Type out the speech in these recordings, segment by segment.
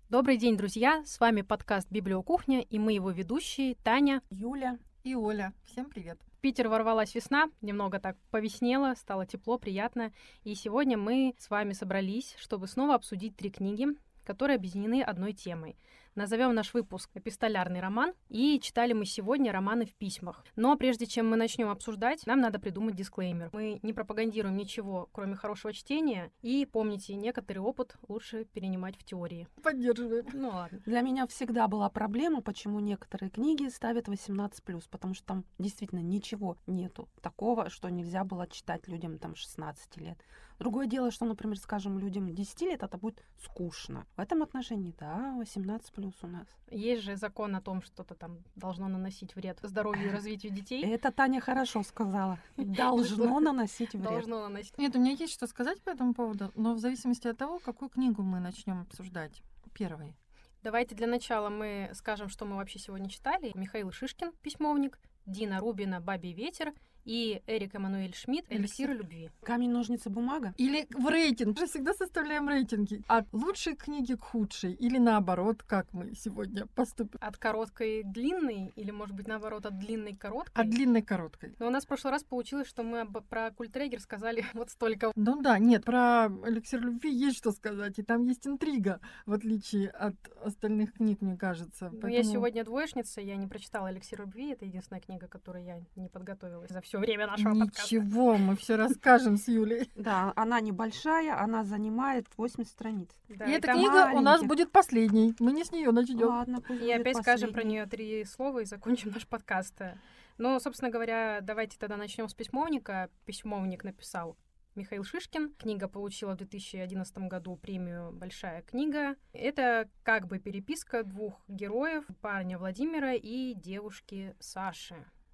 Добрый день, друзья! С вами подкаст «Библиокухня» и мы его ведущие Таня, Юля и Оля. Всем привет! В Питер ворвалась весна, немного так повеснело, стало тепло, приятно. И сегодня мы с вами собрались, чтобы снова обсудить 3 книги, которые объединены одной темой. Назовем наш выпуск «Эпистолярный роман», и читали мы сегодня романы в письмах. Но прежде чем мы начнем обсуждать, нам надо придумать дисклеймер. Мы не пропагандируем ничего, кроме хорошего чтения, и помните, некоторый опыт лучше перенимать в теории. Поддерживаем. Ну ладно. Для меня всегда была проблема, почему некоторые книги ставят 18+, потому что там действительно ничего нету такого, что нельзя было читать людям там 16 лет. Другое дело, что, например, скажем, людям 10 лет это будет скучно. В этом отношении, да, 18+ у нас. Есть же закон о том, что-то там должно наносить вред здоровью и развитию детей. Это Таня хорошо сказала. Должно наносить вред. Должно наносить. Нет, у меня есть что сказать по этому поводу, но в зависимости от того, какую книгу мы начнем обсуждать. Первой. Давайте для начала мы скажем, что мы вообще сегодня читали. Михаил Шишкин «Письмовник», Дина Рубина «Бабий ветер» и Эрик Эммануэль Шмидт «Эликсир любви». Камень, ножницы, бумага. Или в рейтинг. Мы же всегда составляем рейтинги. От лучшей книги к худшей. Или наоборот, как мы сегодня поступим. От короткой к длинной, или, может быть, наоборот, от длинной к короткой. От длинной к короткой. Но у нас в прошлый раз получилось, что мы про Культрегер сказали вот столько. Ну да, нет, про «Эликсир любви» есть что сказать. И там есть интрига, в отличие от остальных книг, мне кажется. Но я сегодня двоечница, я не прочитала «Эликсир любви». Это единственная книга, к которой я не подготовилась за все время нашего подкаста. Ничего, мы все расскажем с Юлей. Да, она небольшая, она занимает 80 страниц. Да, И эта там книга у нас маленьких. будет последней. Мы не с нее начнем. Ладно, пусть И будет опять скажем про последней. нее 3 слова и закончим наш подкаст. Ну, собственно говоря, давайте тогда начнем с письмовника. Письмовник написал Михаил Шишкин. Книга получила в 2011 году премию «Большая книга». Это как бы переписка 2 героев, парня Владимира и девушки Саши.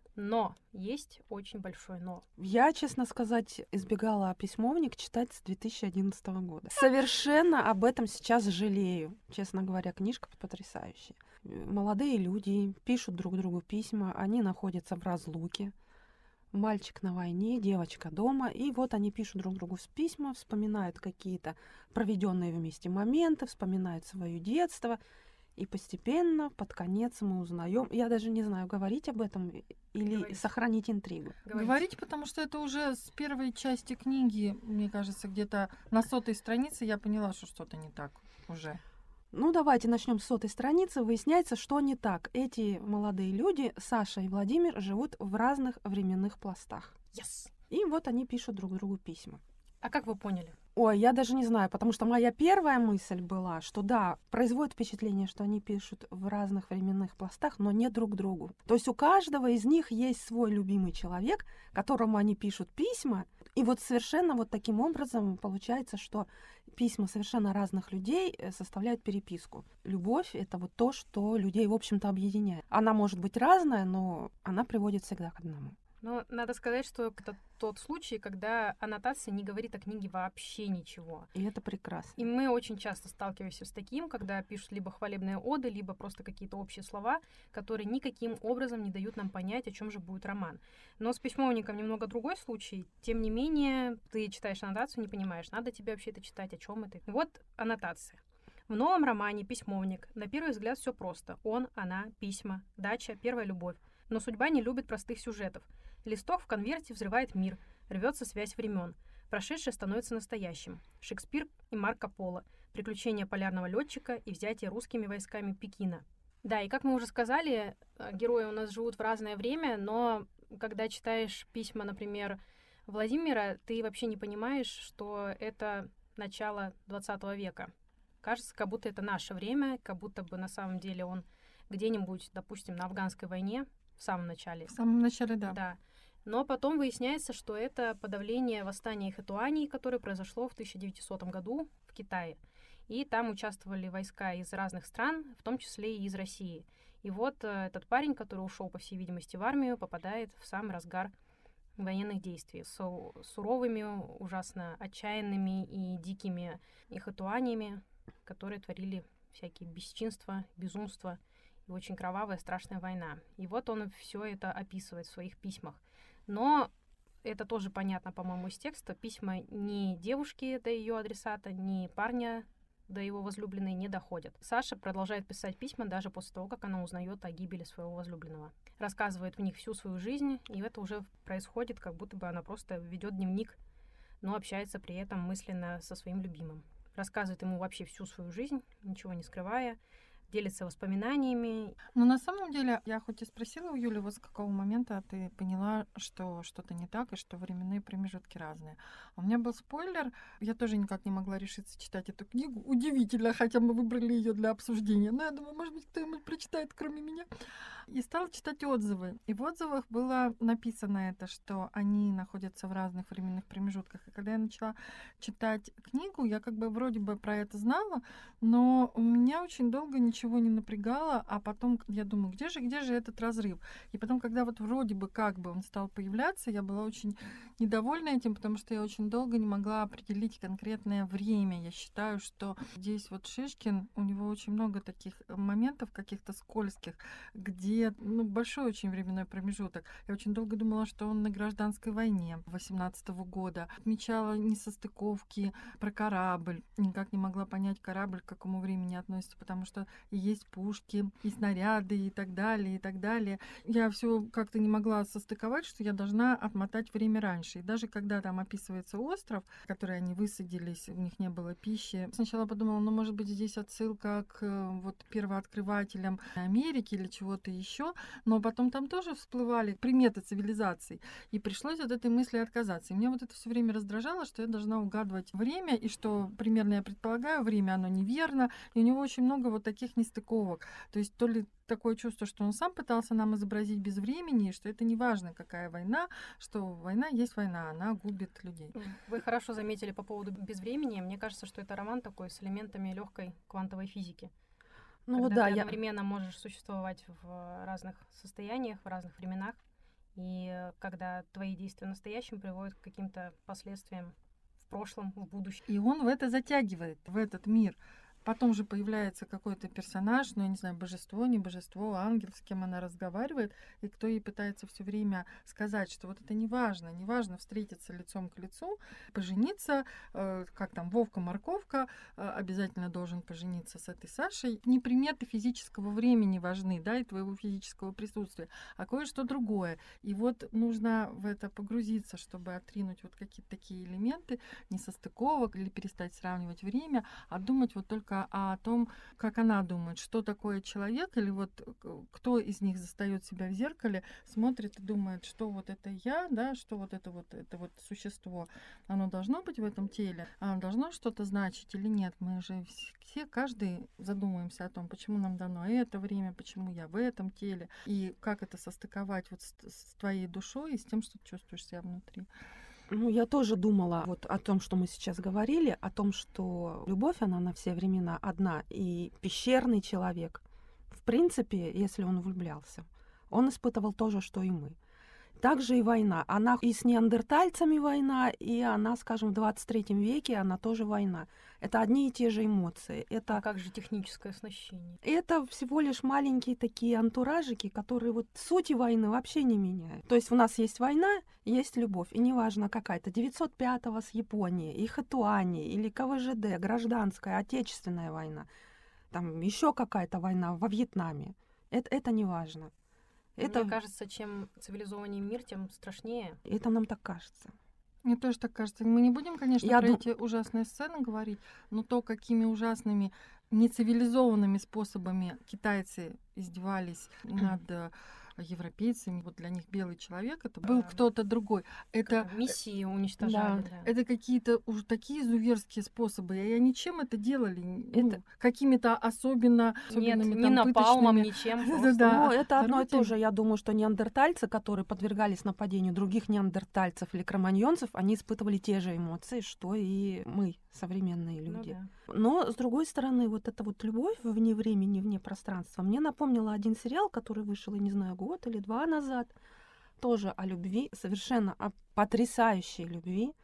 Но есть очень большое но. Я, честно сказать, избегала «Письмовник» читать с 2011 года. Совершенно об этом сейчас жалею. Честно говоря, книжка потрясающая. Молодые люди пишут друг другу письма, они находятся в разлуке. Мальчик на войне, девочка дома. И вот они пишут друг другу письма, вспоминают какие-то проведенные вместе моменты, вспоминают свое детство. И постепенно, под конец, мы узнаем. Я даже не знаю, говорить об этом или Говорить. сохранить интригу. Говорить, потому что это уже с первой части книги, мне кажется, где-то на 100-й странице я поняла, что что-то не так уже. Ну, давайте начнем с 100-й страницы. Выясняется, что не так. Эти молодые люди, Саша и Владимир, живут в разных временных пластах. Yes. И вот они пишут друг другу письма. А как вы поняли? Ой, я даже не знаю, потому что моя первая мысль была, что да, производит впечатление, что они пишут в разных временных пластах, но не друг другу. То есть у каждого из них есть свой любимый человек, которому они пишут письма, и вот совершенно вот таким образом получается, что письма совершенно разных людей составляют переписку. Любовь — это вот то, что людей, в общем-то, объединяет. Она может быть разная, но она приводит всегда к одному. Но надо сказать, что это тот случай, когда аннотация не говорит о книге вообще ничего. И это прекрасно. И мы очень часто сталкиваемся с таким, когда пишут либо хвалебные оды, либо просто какие-то общие слова, которые никаким образом не дают нам понять, о чем же будет роман. Но с письмовником немного другой случай. Тем не менее, ты читаешь аннотацию, не понимаешь, надо тебе вообще это читать, о чем это. Вот аннотация. В новом романе «Письмовник» на первый взгляд все просто. Он, она, письма, дача, первая любовь. Но судьба не любит простых сюжетов. Листок в конверте взрывает мир, рвется связь времен. Прошедшее становится настоящим. Шекспир и Марко Поло. Приключения полярного летчика и взятие русскими войсками Пекина. Да, и как мы уже сказали, герои у нас живут в разное время, но когда читаешь письма, например, Владимира, ты вообще не понимаешь, что это начало 20 века. Кажется, как будто это наше время, как будто бы на самом деле он где-нибудь, допустим, на афганской войне в самом начале. В самом начале, да. Да. Но потом выясняется, что это подавление восстания хэцзуаней, которое произошло в 1900 году в Китае. И там участвовали войска из разных стран, в том числе и из России. И вот этот парень, который ушел, по всей видимости, в армию, попадает в самый разгар военных действий с суровыми, ужасно отчаянными и дикими хэцзуанями, которые творили всякие бесчинства, безумства и очень кровавая, страшная война. И вот он все это описывает в своих письмах. Но это тоже понятно, по-моему, из текста. Письма не девушки до ее адресата, не парня до его возлюбленной не доходят. Саша продолжает писать письма даже после того, как она узнает о гибели своего возлюбленного. Рассказывает в них всю свою жизнь, и это уже происходит, как будто бы она просто ведет дневник, но общается при этом мысленно со своим любимым. Рассказывает ему вообще всю свою жизнь, ничего не скрывая, делится воспоминаниями. Но на самом деле, я хоть и спросила у Юли, вот с какого момента ты поняла, что что-то не так и что временные промежутки разные. А у меня был спойлер, я тоже никак не могла решиться читать эту книгу. Удивительно, хотя мы выбрали ее для обсуждения. Но я думаю, может быть, кто-нибудь прочитает, кроме меня. И стала читать отзывы. И в отзывах было написано это, что они находятся в разных временных промежутках. И когда я начала читать книгу, я как бы вроде бы про это знала, но у меня очень долго ничего не напрягало, а потом я думаю, где же этот разрыв? И потом, когда вот вроде бы как бы он стал появляться, я была очень недовольна этим, потому что я очень долго не могла определить конкретное время. Я считаю, что здесь вот Шишкин, у него очень много таких моментов каких-то скользких, где большой очень временной промежуток. Я очень долго думала, что он на гражданской войне 18-го года. Отмечала несостыковки про корабль. Никак не могла понять, корабль к какому времени относится, потому что и есть пушки, и снаряды, и так далее, и так далее. Я все как-то не могла состыковать, что я должна отмотать время раньше. И даже когда там описывается остров, который они высадились, у них не было пищи, сначала подумала, может быть, здесь отсылка к вот первооткрывателям Америки или чего-то еще, но потом там тоже всплывали приметы цивилизаций, и пришлось от этой мысли отказаться. И мне вот это все время раздражало, что я должна угадывать время, и что примерно я предполагаю время, оно неверно, и у него очень много вот таких нестыковок. То есть то ли такое чувство, что он сам пытался нам изобразить без времени, что это не важно, какая война, что война есть война, она губит людей. Вы хорошо заметили по поводу безвремени. Мне кажется, что это роман такой с элементами легкой квантовой физики. Когда ты одновременно можешь существовать в разных состояниях, в разных временах, и когда твои действия в настоящем приводят к каким-то последствиям в прошлом, в будущем. И он в это затягивает, в этот мир. Потом же появляется какой-то персонаж, я не знаю, божество, не божество, ангел, с кем она разговаривает, и кто ей пытается все время сказать, что вот это не важно встретиться лицом к лицу, пожениться, как там, Вовка-морковка, обязательно должен пожениться с этой Сашей. Не приметы физического времени важны, да, и твоего физического присутствия, а кое-что другое. И вот нужно в это погрузиться, чтобы отринуть вот какие-то такие элементы несостыковок или перестать сравнивать время, а думать вот только о том, как она думает, что такое человек, или вот кто из них застаёт себя в зеркале, смотрит и думает, что вот это я, да, что вот это вот существо, оно должно быть в этом теле, оно должно что-то значить или нет. Мы же все, каждый задумываемся о том, почему нам дано это время, почему я в этом теле, и как это состыковать вот с твоей душой и с тем, что ты чувствуешь себя внутри. Я тоже думала вот о том, что мы сейчас говорили, о том, что любовь, она на все времена одна, и пещерный человек, в принципе, если он влюблялся, он испытывал то же, что и мы. Также и война. Она и с неандертальцами война, и она, скажем, в 23 веке, она тоже война. Это одни и те же эмоции. Это... Как же техническое оснащение? Это всего лишь маленькие такие антуражики, которые вот сути войны вообще не меняют. То есть у нас есть война, есть любовь, и неважно какая-то, 905-го с Японией, и Хатуани, или КВЖД, гражданская, отечественная война, там еще какая-то война во Вьетнаме. Это не важно. Мне кажется, чем цивилизованнее мир, тем страшнее. Это нам так кажется. Мне тоже так кажется. Мы не будем, конечно, про эти ужасные сцены говорить, но то, какими ужасными, нецивилизованными способами китайцы издевались над европейцами, вот для них белый человек это был кто-то другой. Это миссии уничтожали. Да. Это какие-то уже такие изуверские способы. И они чем это делали? Какими-то особенными Нет, не напалмом, ничем. Но это одно и то же. Я думаю, что неандертальцы, которые подвергались нападению других неандертальцев или кроманьонцев, они испытывали те же эмоции, что и мы, современные люди. Но, с другой стороны, вот эта вот любовь вне времени, вне пространства, мне напомнила один сериал, который вышел, я не знаю, год или два назад, тоже о любви, совершенно о потрясающей любви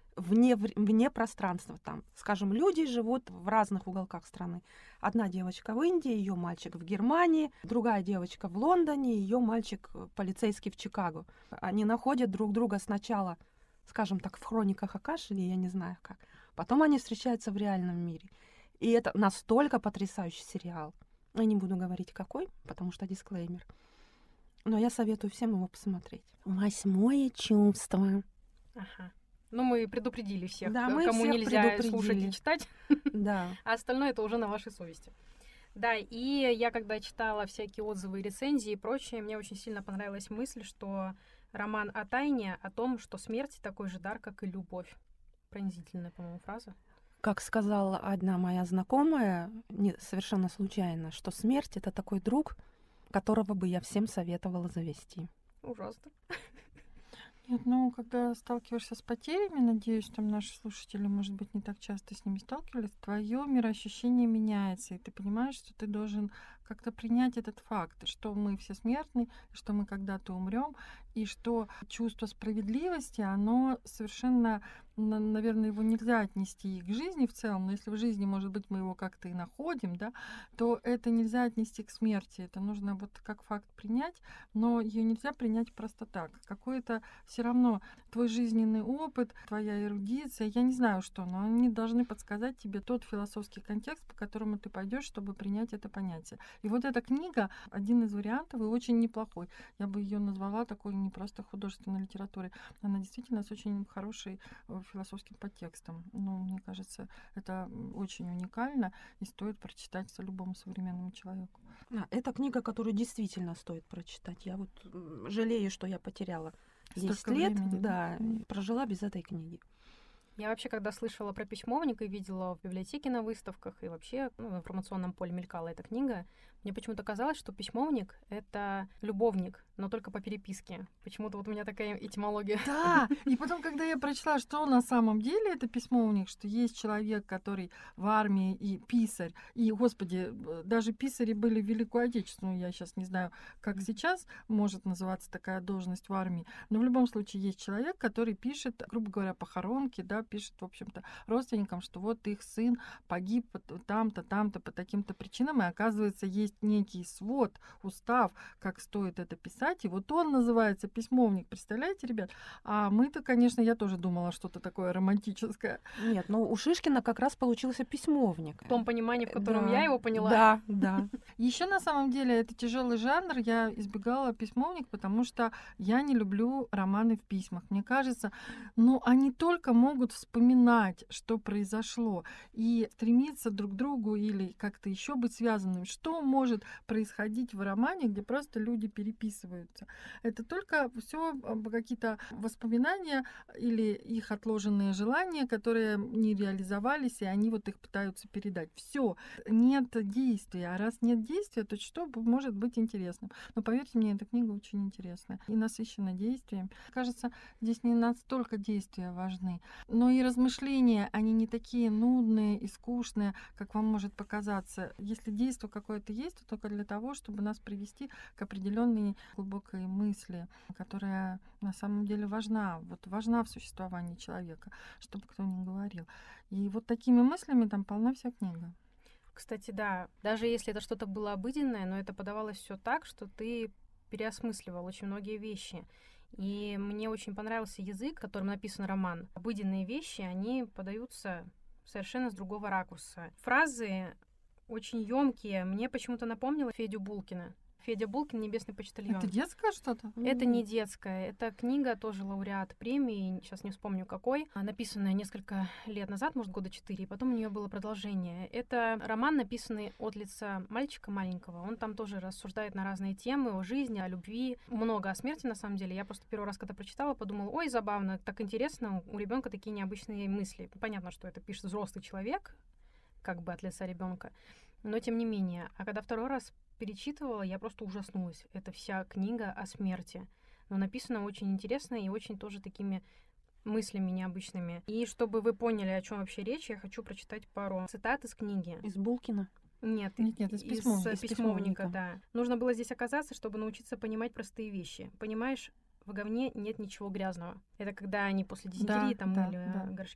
вне пространства. Там, скажем, люди живут в разных уголках страны. Одна девочка в Индии, ее мальчик в Германии, другая девочка в Лондоне, ее мальчик полицейский в Чикаго. Они находят друг друга сначала, скажем так, в хрониках Акаши, или я не знаю как. Потом они встречаются в реальном мире. И это настолько потрясающий сериал. Я не буду говорить какой, потому что дисклеймер. Но я советую всем его посмотреть. «Восьмое чувство». Ага. Ну, мы предупредили всех, Да, мы кому всех нельзя слушать предупредили. и читать, Да. а остальное это уже на вашей совести. Да, и я когда читала всякие отзывы, рецензии и прочее, мне очень сильно понравилась мысль, что роман о тайне, о том, что смерть такой же дар, как и любовь. Пронзительная, по-моему, фраза. Как сказала одна моя знакомая, совершенно случайно, что смерть — это такой друг, которого бы я всем советовала завести. Ужасно. Нет, ну, когда сталкиваешься с потерями, надеюсь, там наши слушатели, может быть, не так часто с ними сталкивались, твое мироощущение меняется, и ты понимаешь, что ты должен как-то принять этот факт, что мы все смертны, что мы когда-то умрем, и что чувство справедливости, оно совершенно, наверное, его нельзя отнести и к жизни в целом, но если в жизни, может быть, мы его как-то и находим, да, то это нельзя отнести к смерти, это нужно вот как факт принять, но ее нельзя принять просто так. Какое-то все равно твой жизненный опыт, твоя эрудиция, я не знаю что, но они должны подсказать тебе тот философский контекст, по которому ты пойдешь, чтобы принять это понятие. И вот эта книга один из вариантов и очень неплохой. Я бы ее назвала такой не просто художественной литературой. Она действительно с очень хорошей философским подтекстом. Ну, мне кажется, это очень уникально и стоит прочитать любому современному человеку. Это книга, которую действительно стоит прочитать. Я вот жалею, что я потеряла 10 Столько лет, времени, да, прожила без этой книги. Я вообще, когда слышала про письмовник и видела в библиотеке на выставках, и вообще в информационном поле мелькала эта книга, мне почему-то казалось, что письмовник — это любовник, но только по переписке. Почему-то вот у меня такая этимология. Да, и потом, когда я прочла, что на самом деле это письмовник, что есть человек, который в армии и писарь, и, господи, даже писари были в Великую Отечественную, я сейчас не знаю, как сейчас может называться такая должность в армии, но в любом случае есть человек, который пишет, грубо говоря, похоронки, да, пишет, в общем-то, родственникам, что вот их сын погиб там-то, там-то, по таким-то причинам, и оказывается, есть некий свод, устав, как стоит это писать, и вот он называется письмовник, представляете, ребят? А мы-то, конечно, я тоже думала что-то такое романтическое. Нет, ну у Шишкина как раз получился письмовник. В том понимании, в котором Да, я его поняла. Да, да. Еще на самом деле это тяжелый жанр. Я избегала письмовник, потому что я не люблю романы в письмах. Мне кажется, ну, они только могут вспоминать, что произошло, и стремиться друг к другу или как-то еще быть связанными. Что может происходить в романе, где просто люди переписываются? Это только все какие-то воспоминания или их отложенные желания, которые не реализовались, и они вот их пытаются передать. Все, нет действия. А раз нет действия, то что может быть интересным? Но поверьте мне, эта книга очень интересная и насыщена действием. Кажется, здесь не настолько действия важны, но и размышления, они не такие нудные и скучные, как вам может показаться. Если действие какое-то есть, то только для того, чтобы нас привести к определенной глубокой мысли, которая на самом деле важна. Вот важна в существовании человека, чтобы кто ни говорил. И вот такими мыслями там полна вся книга. Кстати, да, даже если это что-то было обыденное, но это подавалось все так, что ты переосмысливал очень многие вещи. И мне очень понравился язык, которым написан роман. Обыденные вещи, они подаются совершенно с другого ракурса. Фразы очень ёмкие. Мне почему-то напомнило Федю Булкина. Федя Булкин «Небесный почтальон». Это детское что-то? Это не детская, это книга, тоже лауреат премии, сейчас не вспомню какой, написанная несколько лет назад, может, года 4, и потом у нее было продолжение. Это роман, написанный от лица мальчика маленького. Он там тоже рассуждает на разные темы о жизни, о любви, много о смерти, на самом деле. Я просто первый раз, когда прочитала, подумала, ой, забавно, так интересно, у ребенка такие необычные мысли. Понятно, что это пишет взрослый человек, как бы от лица ребенка, но тем не менее. А когда второй раз перечитывала, я просто ужаснулась. Это вся книга о смерти. Но написано очень интересно и очень тоже такими мыслями необычными. И чтобы вы поняли, о чем вообще речь, я хочу прочитать пару цитат из книги. Из Булкина? Нет, из письмовника, да. Нужно было здесь оказаться, чтобы научиться понимать простые вещи. Понимаешь, в говне нет ничего грязного. Это когда они после дизентерии там мыли горшки.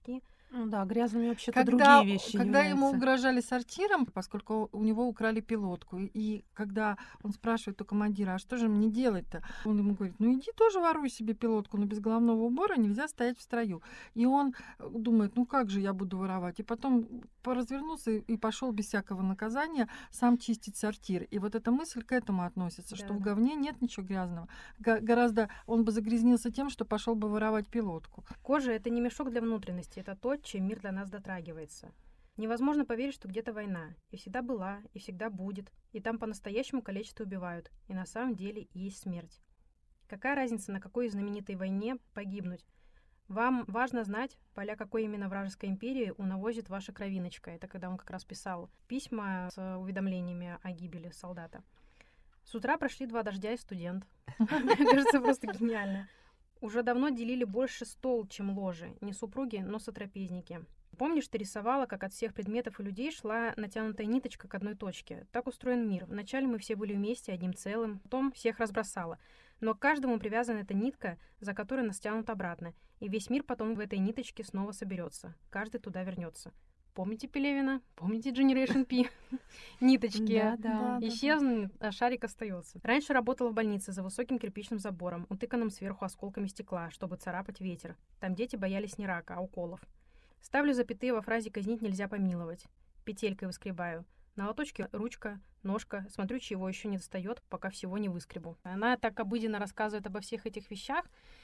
Ну да, грязными вообще-то Когда, другие вещи когда ему являются. угрожали сортиром, поскольку у него украли пилотку, и когда он спрашивает у командира, а что же мне делать-то? Он ему говорит, ну иди тоже воруй себе пилотку, но без головного убора нельзя стоять в строю. И он думает, ну как же я буду воровать? И потом развернулся и пошел без всякого наказания сам чистить сортир. И вот эта мысль к этому относится, что в Да-да. говне нет ничего грязного. Гораздо он бы загрязнился тем, что пошел бы воровать пилотку. Кожа — это не мешок для внутренности, это то, чем мир до нас дотрагивается. Невозможно поверить, что где-то война. И всегда была, и всегда будет. И там по-настоящему калечат и убивают. И на самом деле есть смерть. Какая разница, на какой знаменитой войне погибнуть? Вам важно знать, поля какой именно вражеской империи унавозит ваша кровиночка. Это когда он как раз писал письма с уведомлениями о гибели солдата. С утра прошли 2 дождя и студент. Мне кажется, просто гениально. Уже давно делили больше стол, чем ложи. Не супруги, но сотрапезники. Помнишь, ты рисовала, как от всех предметов и людей шла натянутая ниточка к одной точке? Так устроен мир. Вначале мы все были вместе, одним целым, потом всех разбросало. Но к каждому привязана эта нитка, за которой нас тянут обратно. И весь мир потом в этой ниточке снова соберется. Каждый туда вернется. Помните Пелевина? Помните Generation P? Ниточки. Да. Исчезнут, а шарик остается. Раньше работала в больнице за высоким кирпичным забором, утыканным сверху осколками стекла, чтобы царапать ветер. Там дети боялись не рака, а уколов. Ставлю запятые во фразе «казнить нельзя помиловать». Петелькой выскребаю. На лоточке ручка, ножка. Смотрю, чего еще не достает, пока всего не выскребу. Она так обыденно рассказывает обо всех этих вещах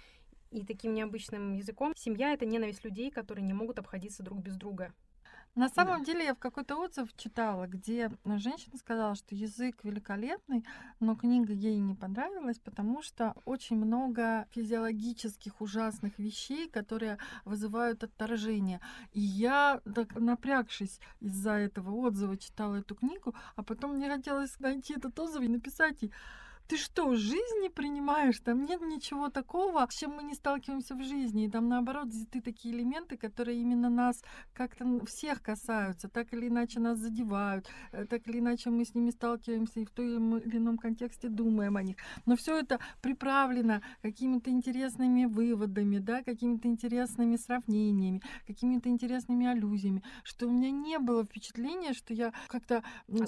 и таким необычным языком. Семья — это ненависть людей, которые не могут обходиться друг без друга. На самом деле я в какой-то отзыв читала, где женщина сказала, что язык великолепный, но книга ей не понравилась, потому что очень много физиологических ужасных вещей, которые вызывают отторжение. И я, так напрягшись из-за этого отзыва, читала эту книгу, а потом мне хотелось найти этот отзыв и написать ей: ты что, жизнь не принимаешь? Там нет ничего такого, с чем мы не сталкиваемся в жизни. И там, наоборот, взяты такие элементы, которые именно нас как-то всех касаются, так или иначе нас задевают, так или иначе мы с ними сталкиваемся и в том или ином контексте думаем о них. Но все это приправлено какими-то интересными выводами, да, какими-то интересными сравнениями, какими-то интересными аллюзиями, что у меня не было впечатления, что я как-то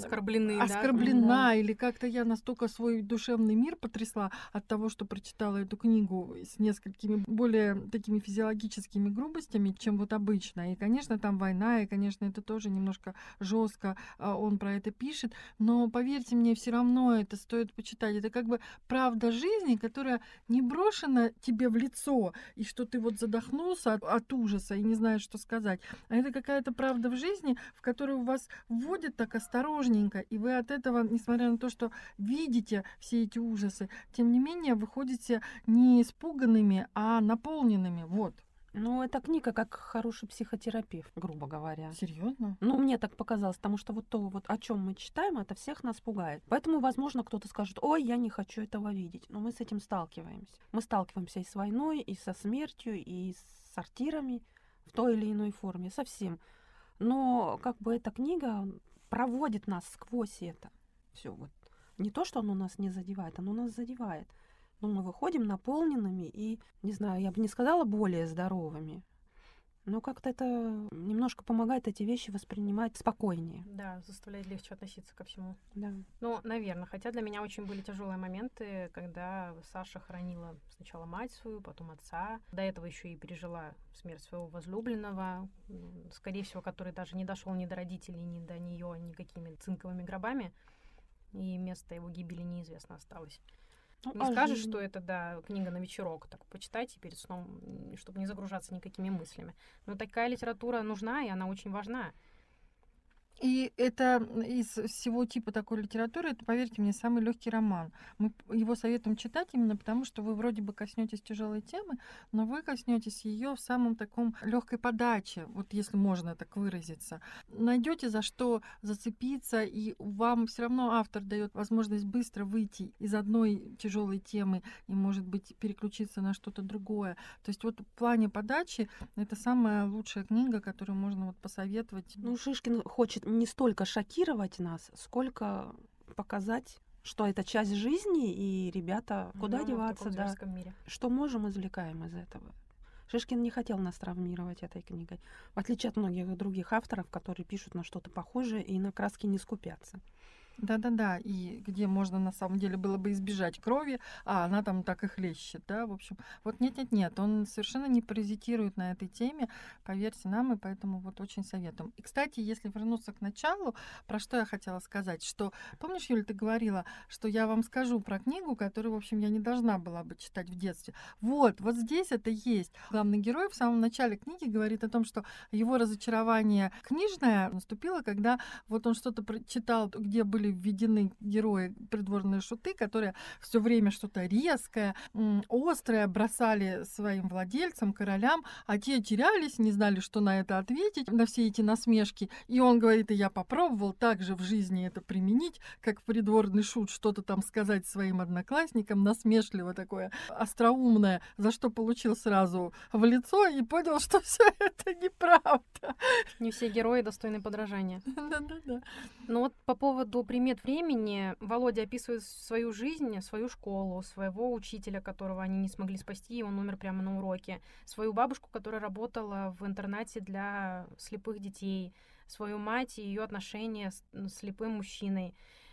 оскорблена, или как-то я настолько свой душевный мир потрясла от того, что прочитала эту книгу с несколькими более такими физиологическими грубостями, чем вот обычно. И, конечно, там война, и, конечно, это тоже немножко жестко он про это пишет, но, поверьте мне, все равно это стоит почитать. Это как бы правда жизни, которая не брошена тебе в лицо, и что ты вот задохнулся от ужаса и не знаешь, что сказать. А это какая-то правда в жизни, в которую вас вводят так осторожненько, и вы от этого, несмотря на то, что видите все эти ужасы, тем не менее выходите не испуганными, а наполненными. Вот. Ну, эта книга как хороший психотерапевт, грубо говоря. Серьезно? Ну, мне так показалось, потому что вот то, вот, о чем мы читаем, это всех нас пугает. Поэтому, возможно, кто-то скажет: ой, я не хочу этого видеть. Но мы с этим сталкиваемся. Мы сталкиваемся и с войной, и со смертью, и с сортирами в той или иной форме, совсем. Но как бы эта книга проводит нас сквозь это. Все вот. Не то, что оно нас не задевает, оно нас задевает. Но мы выходим наполненными и, не знаю, я бы не сказала более здоровыми, но как-то это немножко помогает эти вещи воспринимать спокойнее. Да, заставляет легче относиться ко всему. Да. Ну, наверное. Хотя для меня очень были тяжелые моменты, когда Саша хоронила сначала мать свою, потом отца. До этого еще и пережила смерть своего возлюбленного, скорее всего, который даже не дошел ни до родителей, ни до нее никакими цинковыми гробами. И место его гибели неизвестно осталось. Ну, Не скажешь, что это, да, книга на вечерок, так почитайте перед сном, чтобы не загружаться никакими мыслями. Но такая литература нужна, и она очень важна. И это из всего типа такой литературы, это, поверьте мне, самый легкий роман. Мы его советуем читать именно потому, что вы вроде бы коснетесь тяжелой темы, но вы коснетесь ее в самом таком легкой подаче, вот если можно так выразиться. Найдете за что зацепиться, и вам все равно автор дает возможность быстро выйти из одной тяжелой темы и, может быть, переключиться на что-то другое. То есть вот в плане подачи это самая лучшая книга, которую можно вот посоветовать. Ну, Шишкин хочет не столько шокировать нас, сколько показать, что это часть жизни, и ребята, куда деваться, в таком да. зверском мире. Что можем, извлекаем из этого. Шишкин не хотел нас травмировать этой книгой, в отличие от многих других авторов, которые пишут на что-то похожее и на краски не скупятся. Да-да-да, и где можно на самом деле было бы избежать крови, а она там так и хлещет, да, в общем. Вот нет, он совершенно не паразитирует на этой теме, поверьте нам, и поэтому вот очень советуем. И, кстати, если вернуться к началу, про что я хотела сказать, что, помнишь, Юля, ты говорила, что я вам скажу про книгу, которую, в общем, я не должна была бы читать в детстве. Вот здесь это есть. Главный герой в самом начале книги говорит о том, что его разочарование книжное наступило, когда вот он что-то прочитал, где были введены герои, придворные шуты, которые все время что-то резкое, острое бросали своим владельцам, королям, а те терялись, не знали, что на это ответить, на все эти насмешки. И он говорит, и я попробовал также в жизни это применить, как придворный шут, что-то там сказать своим одноклассникам, насмешливо такое, остроумное, за что получил сразу в лицо и понял, что все это неправда. Не все герои достойны подражания. Да-да-да. Но вот по поводу примет времени Володя описывает свою жизнь, свою школу, своего учителя, которого они не смогли спасти, и он умер прямо на уроке, свою бабушку, которая работала в интернате для слепых детей, свою мать и ее отношения с слепым мужчиной.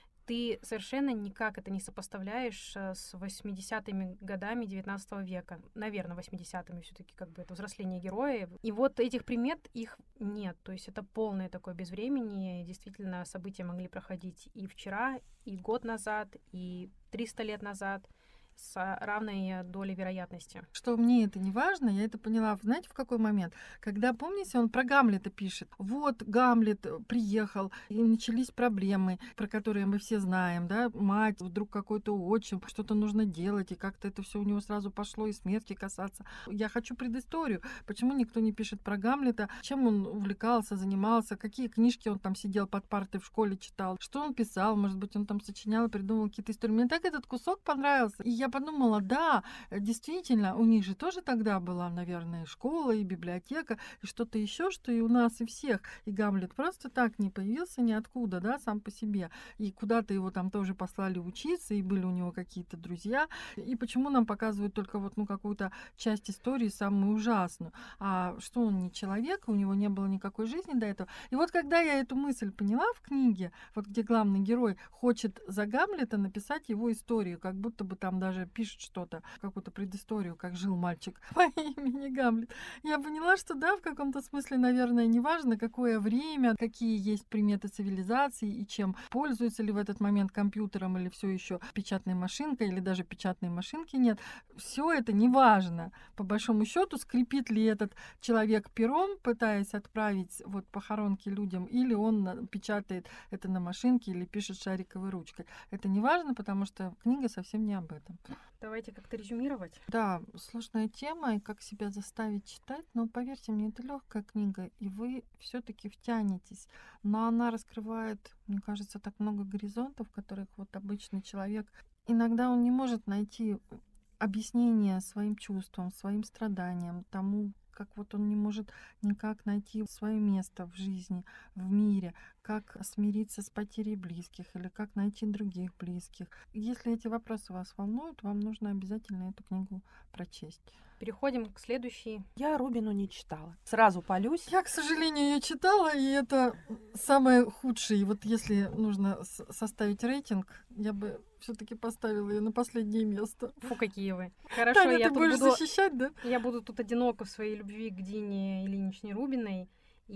Ты совершенно никак это не сопоставляешь с 80-ми годами 19 века. Наверное, 80-ми все-таки как бы это взросление героев. И вот этих примет, их нет. То есть это полное такое безвремени. Действительно, события могли проходить и вчера, и год назад, и 300 лет назад с равной долей вероятности. Что мне это не важно, я это поняла, знаете, в какой момент? Когда, помните, он про Гамлета пишет. Вот Гамлет приехал, и начались проблемы, про которые мы все знаем, да, мать, вдруг какой-то отчим, что-то нужно делать, и как-то это все у него сразу пошло, и смерти касаться. Я хочу предысторию. Почему никто не пишет про Гамлета? Чем он увлекался, занимался, какие книжки он там сидел под партой в школе читал, что он писал, может быть, он там сочинял и придумал какие-то истории. Мне так этот кусок понравился. И я подумала, да, действительно, у них же тоже тогда была, наверное, школа и библиотека, и что-то еще, что и у нас, и всех. И Гамлет просто так не появился ниоткуда, да, сам по себе. И куда-то его там тоже послали учиться, и были у него какие-то друзья. И почему нам показывают только вот, какую-то часть истории, самую ужасную? А что он не человек, у него не было никакой жизни до этого. И вот когда я эту мысль поняла в книге, вот где главный герой хочет за Гамлета написать его историю, как будто бы там даже пишет что-то, какую-то предысторию, как жил мальчик по имени Гамлет. Я поняла, что да, в каком-то смысле, наверное, неважно, какое время, какие есть приметы цивилизации и чем пользуются ли в этот момент компьютером или все еще печатной машинкой, или даже печатной машинки нет. Все это неважно. По большому счету, скрипит ли этот человек пером, пытаясь отправить вот похоронки людям, или он печатает это на машинке или пишет шариковой ручкой. Это неважно, потому что книга совсем не об этом. Давайте как-то резюмировать. Да, сложная тема, и как себя заставить читать, но поверьте мне, это легкая книга, и вы все-таки втянетесь. Но она раскрывает, мне кажется, так много горизонтов, которых вот обычный человек иногда он не может найти объяснение своим чувствам, своим страданиям, тому, как вот он не может никак найти свое место в жизни, в мире, как смириться с потерей близких или как найти других близких. Если эти вопросы вас волнуют, вам нужно обязательно эту книгу прочесть. Переходим к следующей. Я Рубину не читала. Сразу полюсь. Я, к сожалению, ее читала, и это самое худшее. И вот если нужно составить рейтинг, я бы все-таки поставила ее на последнее место. Фу, какие вы. Хорошо, Таня, я ты тут будешь буду... защищать, да? Я буду тут одинока в своей любви к Дине Ильиничне Рубиной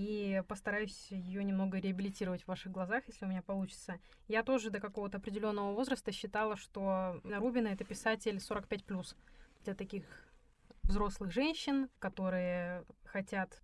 и постараюсь ее немного реабилитировать в ваших глазах, если у меня получится. Я тоже до какого-то определенного возраста считала, что Рубина — это писатель 45+. Для таких взрослых женщин, которые хотят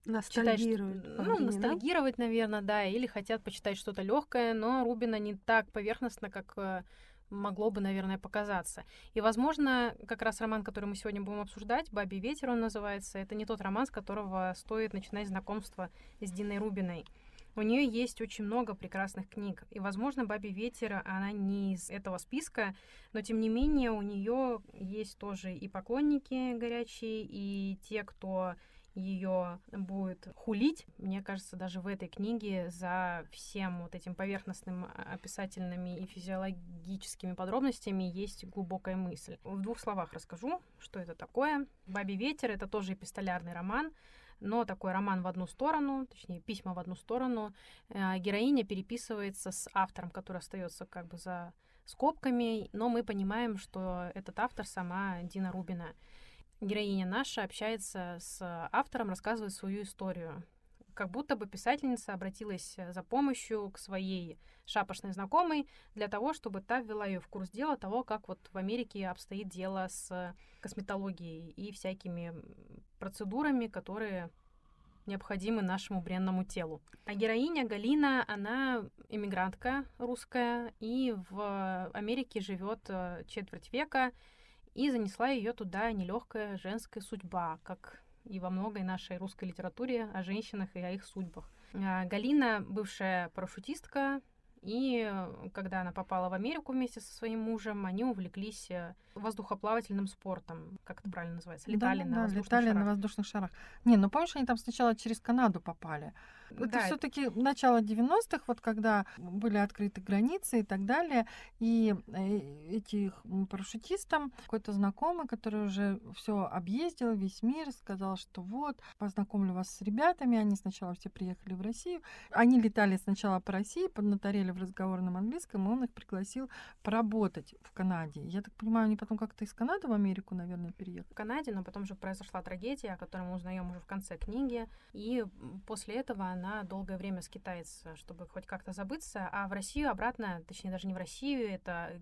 ностальгировать, наверное, да, или хотят почитать что-то легкое, но Рубина не так поверхностно, как могло бы, наверное, показаться. И, возможно, как раз роман, который мы сегодня будем обсуждать, «Бабий ветер» он называется, это не тот роман, с которого стоит начинать знакомство с Диной Рубиной. У нее есть очень много прекрасных книг. И, возможно, «Бабий ветер», она не из этого списка, но, тем не менее, у нее есть тоже и поклонники горячие, и те, кто ее будет хулить. Мне кажется, даже в этой книге за всем вот этим поверхностным описательными и физиологическими подробностями есть глубокая мысль. В 2 словах расскажу, что это такое. «Бабий ветер» — это тоже эпистолярный роман, но такой роман в одну сторону, точнее, письма в одну сторону. Героиня переписывается с автором, который остается как бы за скобками, но мы понимаем, что этот автор сама Дина Рубина. Героиня наша общается с автором, рассказывает свою историю. Как будто бы писательница обратилась за помощью к своей шапошной знакомой для того, чтобы та ввела ее в курс дела того, как вот в Америке обстоит дело с косметологией и всякими процедурами, которые необходимы нашему бренному телу. А героиня Галина, она иммигрантка русская и в Америке живет 1/4 века, и занесла ее туда нелегкая женская судьба, как и во многой нашей русской литературе о женщинах и о их судьбах. Галина бывшая парашютистка, и когда она попала в Америку вместе со своим мужем, они увлеклись воздухоплавательным спортом. Как это правильно называется? Летали на воздушных шарах. Не, ну помнишь, они там сначала через Канаду попали. Это все-таки начало 90-х, вот когда были открыты границы и так далее. И этим парашютистам какой-то знакомый, который уже все объездил, весь мир, сказал, что вот, познакомлю вас с ребятами. Они сначала все приехали в Россию. Они летали сначала по России, поднаторели в разговорном английском, и он их пригласил поработать в Канаде. Я так понимаю, они потом как-то из Канады в Америку, наверное, переехали. В Канаде, но потом же произошла трагедия, о которой мы узнаем уже в конце книги. И после этого она долгое время скитается, чтобы хоть как-то забыться, а в Россию обратно, точнее даже не в Россию, это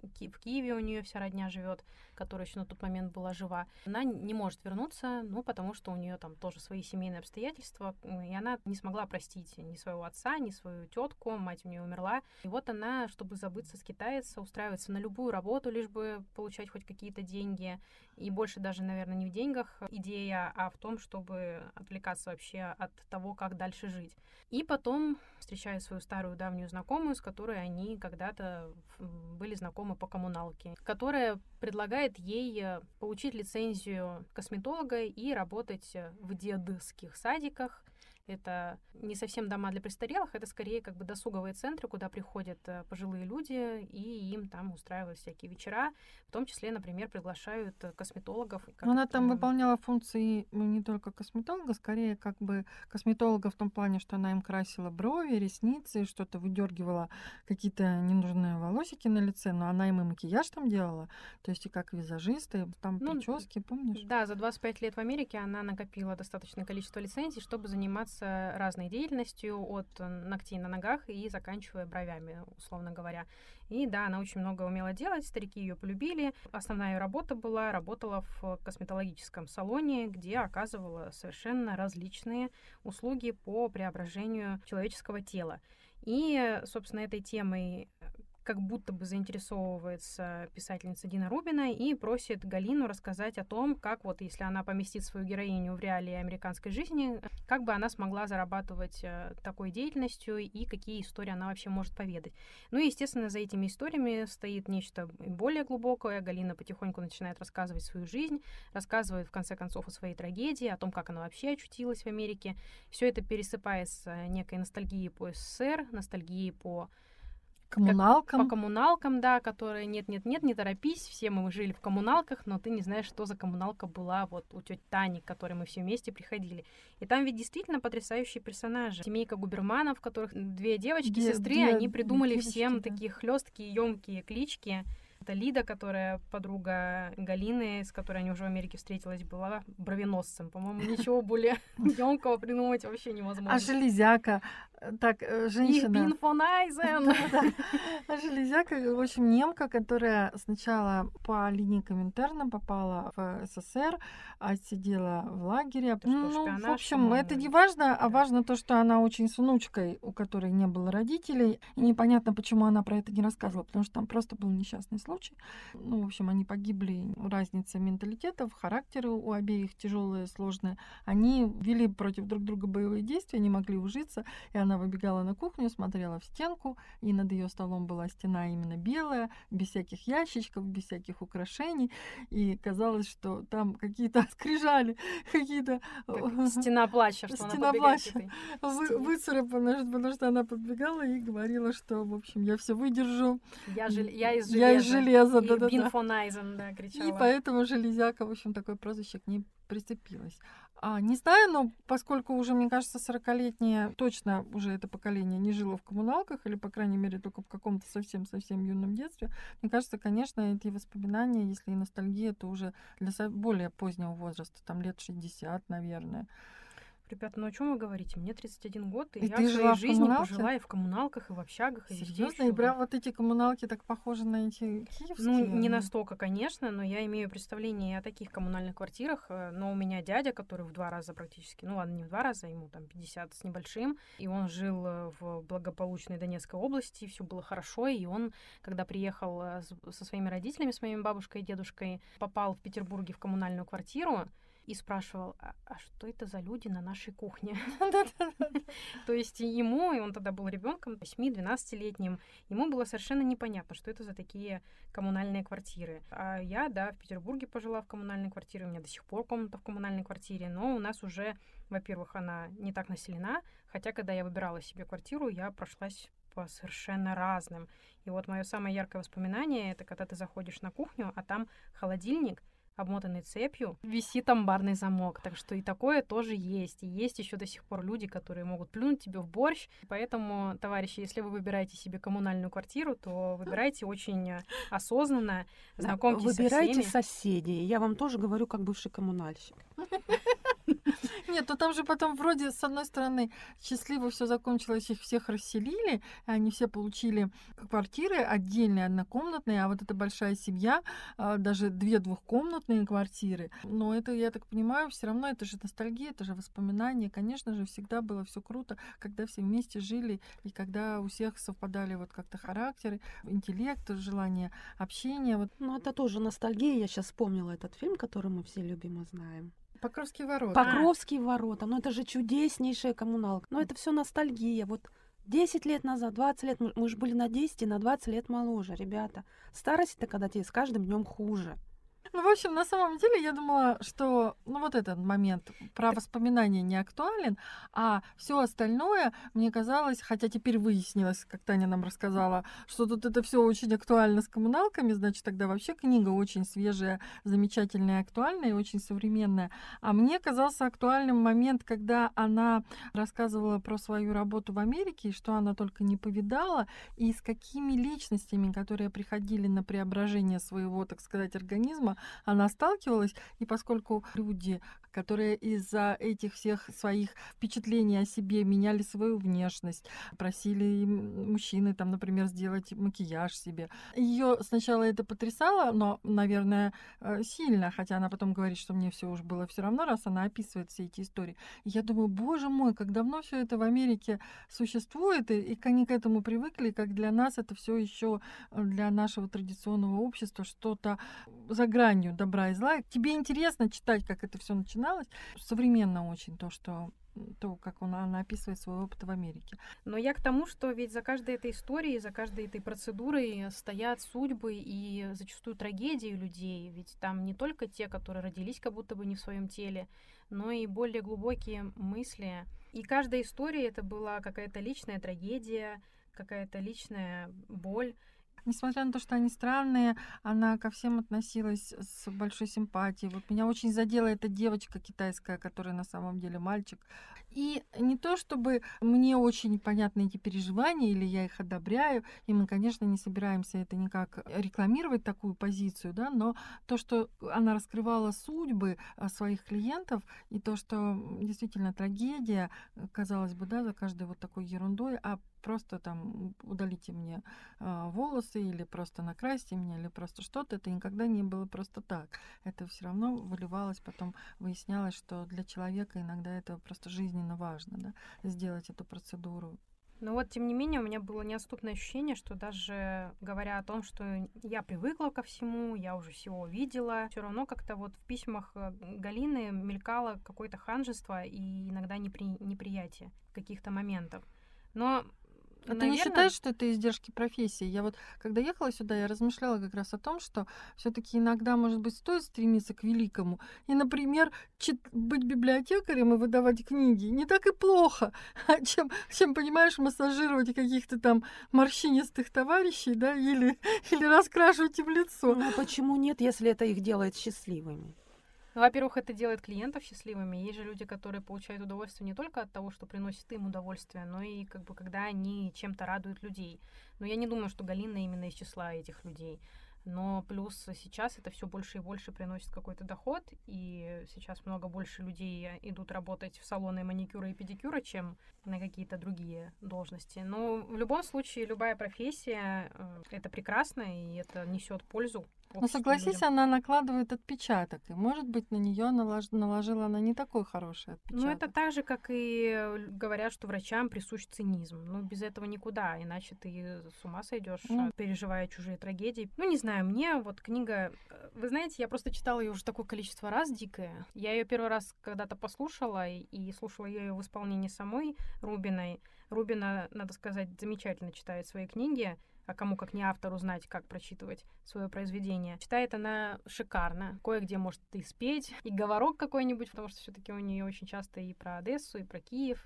в Киеве у нее вся родня живет, которая еще на тот момент была жива. Она не может вернуться, ну, потому что у нее там тоже свои семейные обстоятельства, и она не смогла простить ни своего отца, ни свою тетку, мать у нее умерла. И вот она, чтобы забыться, скитается, устраивается на любую работу, лишь бы получать хоть какие-то деньги. И больше даже, наверное, не в деньгах идея, а в том, чтобы отвлекаться вообще от того, как дальше жить. И потом встречает свою старую давнюю знакомую, с которой они когда-то были знакомы по коммуналке, которая предлагает ей получить лицензию косметолога и работать в детских садиках. Это не совсем дома для престарелых, это скорее как бы досуговые центры, куда приходят пожилые люди, и им там устраивают всякие вечера. В том числе, например, приглашают косметологов. Она там выполняла функции не только косметолога, скорее как бы косметолога в том плане, что она им красила брови, ресницы, что-то выдергивала, какие-то ненужные волосики на лице, но она им и макияж там делала, то есть и как визажист, и там прически, помнишь? Да, за 25 лет в Америке она накопила достаточное количество лицензий, чтобы заниматься разной деятельностью, от ногтей на ногах и заканчивая бровями, условно говоря. И да, она очень много умела делать, старики ее полюбили. Основная ее работала в косметологическом салоне, где оказывала совершенно различные услуги по преображению человеческого тела. И, собственно, этой темой как будто бы заинтересовывается писательница Дина Рубина и просит Галину рассказать о том, как вот если она поместит свою героиню в реалии американской жизни, как бы она смогла зарабатывать такой деятельностью и какие истории она вообще может поведать. Ну и, естественно, за этими историями стоит нечто более глубокое. Галина потихоньку начинает рассказывать свою жизнь, рассказывает, в конце концов, о своей трагедии, о том, как она вообще очутилась в Америке. Все это пересыпается некой ностальгией по СССР, ностальгией по коммуналкам. По коммуналкам, да, которые нет, не торопись, все мы жили в коммуналках, но ты не знаешь, что за коммуналка была вот у тети Тани, к которой мы все вместе приходили. И там ведь действительно потрясающие персонажи. Семейка Губерманов, в которых 2 девочки, сестры, они придумали девочки, всем такие хлесткие, емкие клички. Это Лида, которая подруга Галины, с которой они уже в Америке встретилась, была бровеносцем. По-моему, ничего более емкого придумать вообще невозможно. А Железяка, так, женщина... Ich bin von Eisen. А Железяка, в общем, немка, которая сначала по линии Коминтерна попала в СССР, а сидела в лагере. В общем, это не важно, а важно то, что она очень с внучкой, у которой не было родителей. И непонятно, почему она про это не рассказывала, потому что там просто был несчастный случай. Ну, в общем, они погибли. Разница менталитетов, характеры у обеих тяжелые, сложные. Они вели против друг друга боевые действия, не могли ужиться, и она она выбегала на кухню, смотрела в стенку, и над ее столом была стена именно белая, без всяких ящичков, без всяких украшений, и казалось, что там какие-то скрижали, какие-то... Как стена плача, что Стена она подбегает плача. к этой стене. Выцарапана, потому что она подбегала и говорила, что, в общем, я все выдержу. Я из Я из железа, И да-да-да. Бин фон Айзен, да, И кричала. поэтому железяка, в общем, такое прозвище к ней прицепилось. Не знаю, но поскольку уже, мне кажется, 40-летнее точно уже это поколение не жило в коммуналках, или, по крайней мере, только в каком-то совсем-совсем юном детстве, мне кажется, конечно, эти воспоминания, если и ностальгия, то уже для более позднего возраста, там лет 60, наверное. Ребята, ну о чем вы говорите? Мне 31 год, и И я ты в жила своей в жизни коммуналке? пожила и в коммуналках, и в общагах, и везде Серьезно? ещё. И прям вот эти коммуналки так похожи на эти киевские? Ну, не настолько, конечно, но я имею представление и о таких коммунальных квартирах. Но у меня дядя, который в 2 раза практически, ну ладно, не в 2 раза, ему там 50 с небольшим, и он жил в благополучной Донецкой области, все было хорошо, и он, когда приехал со своими родителями, с моими бабушкой и дедушкой, попал в Петербурге в коммунальную квартиру, и спрашивал, а что это за люди на нашей кухне? То есть ему, и он тогда был ребенком, 8-12-летним, ему было совершенно непонятно, что это за такие коммунальные квартиры. А я, да, в Петербурге пожила в коммунальной квартире, у меня до сих пор комната в коммунальной квартире, но у нас уже, во-первых, она не так населена, хотя, когда я выбирала себе квартиру, я прошлась по совершенно разным. И вот мое самое яркое воспоминание — это когда ты заходишь на кухню, а там холодильник, обмотанный цепью, висит амбарный замок. Так что и такое тоже есть. И есть еще до сих пор люди, которые могут плюнуть тебе в борщ. Поэтому, товарищи, если вы выбираете себе коммунальную квартиру, то выбирайте очень осознанно, знакомьтесь Выбирайте со всеми. соседей. Я вам тоже говорю, как бывший коммунальщик. Нет, то там же потом вроде, с одной стороны, счастливо все закончилось, их всех расселили, они все получили квартиры отдельные, однокомнатные, а вот эта большая семья, даже 2 двухкомнатные квартиры. Но это, я так понимаю, все равно это же ностальгия, это же воспоминания. Конечно же, всегда было все круто, когда все вместе жили, и когда у всех совпадали вот как-то характеры, интеллект, желание общения. Вот. Ну, это тоже ностальгия. Я сейчас вспомнила этот фильм, который мы все любим и знаем. Покровские ворота. Покровские ворота. Ну, это же чудеснейшая коммуналка. Ну, это все ностальгия. Вот 10 лет назад, 20 лет, мы же были на 10 и на 20 лет моложе, ребята. Старость — это когда тебе с каждым днем хуже. Ну, в общем, на самом деле, я думала, что, ну, вот этот момент про воспоминания не актуален, а все остальное, мне казалось, хотя теперь выяснилось, как Таня нам рассказала, что тут это все очень актуально с коммуналками, значит, тогда вообще книга очень свежая, замечательная, актуальная и очень современная. А мне казался актуальным момент, когда она рассказывала про свою работу в Америке, и что она только не повидала, и с какими личностями, которые приходили на преображение своего, так сказать, организма, она сталкивалась, и поскольку люди, которые из-за этих всех своих впечатлений о себе меняли свою внешность, просили мужчины, там, например, сделать макияж себе. Ее сначала это потрясало, но, наверное, сильно, хотя она потом говорит, что мне все уж было все равно, раз она описывает все эти истории. И я думаю, боже мой, как давно все это в Америке существует, и они к этому привыкли, как для нас это все еще для нашего традиционного общества что-то за гранью добра и зла. Тебе интересно читать, как это все начиналось. Современно очень то, как она описывает свой опыт в Америке. Но я к тому, что ведь за каждой этой историей, за каждой этой процедурой стоят судьбы и зачастую трагедии людей. Ведь там не только те, которые родились как будто бы не в своем теле, но и более глубокие мысли. И каждая история — это была какая-то личная трагедия, какая-то личная боль. Несмотря на то, что они странные, она ко всем относилась с большой симпатией. Вот меня очень задела эта девочка китайская, которая на самом деле мальчик. И не то, чтобы мне очень понятны эти переживания, или я их одобряю, и мы, конечно, не собираемся это никак рекламировать, такую позицию, да, но то, что она раскрывала судьбы своих клиентов, и то, что действительно трагедия, казалось бы, да, за каждой вот такой ерундой, а просто там удалите мне волосы, или просто накрасьте меня, или просто что-то, это никогда не было просто так. Это все равно выливалось, потом выяснялось, что для человека иногда это просто жизненно важно, да, сделать эту процедуру. Но вот, тем не менее, у меня было неотступное ощущение, что даже говоря о том, что я привыкла ко всему, я уже всего видела, все равно как-то вот в письмах Галины мелькало какое-то ханжество и иногда неприятие каких-то моментов. Но, А ты не наверное, считаешь, что это издержки профессии? Я вот, когда ехала сюда, я размышляла как раз о том, что все-таки иногда, может быть, стоит стремиться к великому. И, например, быть библиотекарем и выдавать книги не так и плохо, чем понимаешь, массажировать каких-то там морщинистых товарищей, да, или раскрашивать им лицо. Ну, а почему нет, если это их делает счастливыми? ну, во-первых, это делает клиентов счастливыми. Есть же люди, которые получают удовольствие не только от того, что приносит им удовольствие, но и как бы когда они чем-то радуют людей. Но я не думаю, что Галина именно из числа этих людей. Но плюс сейчас это все больше и больше приносит какой-то доход, и сейчас много больше людей идут работать в салоны маникюра и педикюра, чем на какие-то другие должности. Но в любом случае любая профессия это прекрасно, и это несет пользу. Но согласись, она накладывает отпечаток, и, может быть, на нее наложила она не такой хороший отпечаток. Ну, это так же, как и говорят, что врачам присущ цинизм. Ну, без этого никуда, иначе ты с ума сойдешь, переживая чужие трагедии. Ну, не знаю, мне вот книга... Вы знаете, я просто читала ее уже такое количество раз дикое. Я ее первый раз когда-то послушала, и слушала ее в исполнении самой Рубиной. Рубина, надо сказать, замечательно читает свои книги. А кому, как не автору, знать, как прочитывать свое произведение. Читает она шикарно. Кое-где может и спеть, и говорок какой-нибудь, потому что все-таки у нее очень часто и про Одессу, и про Киев,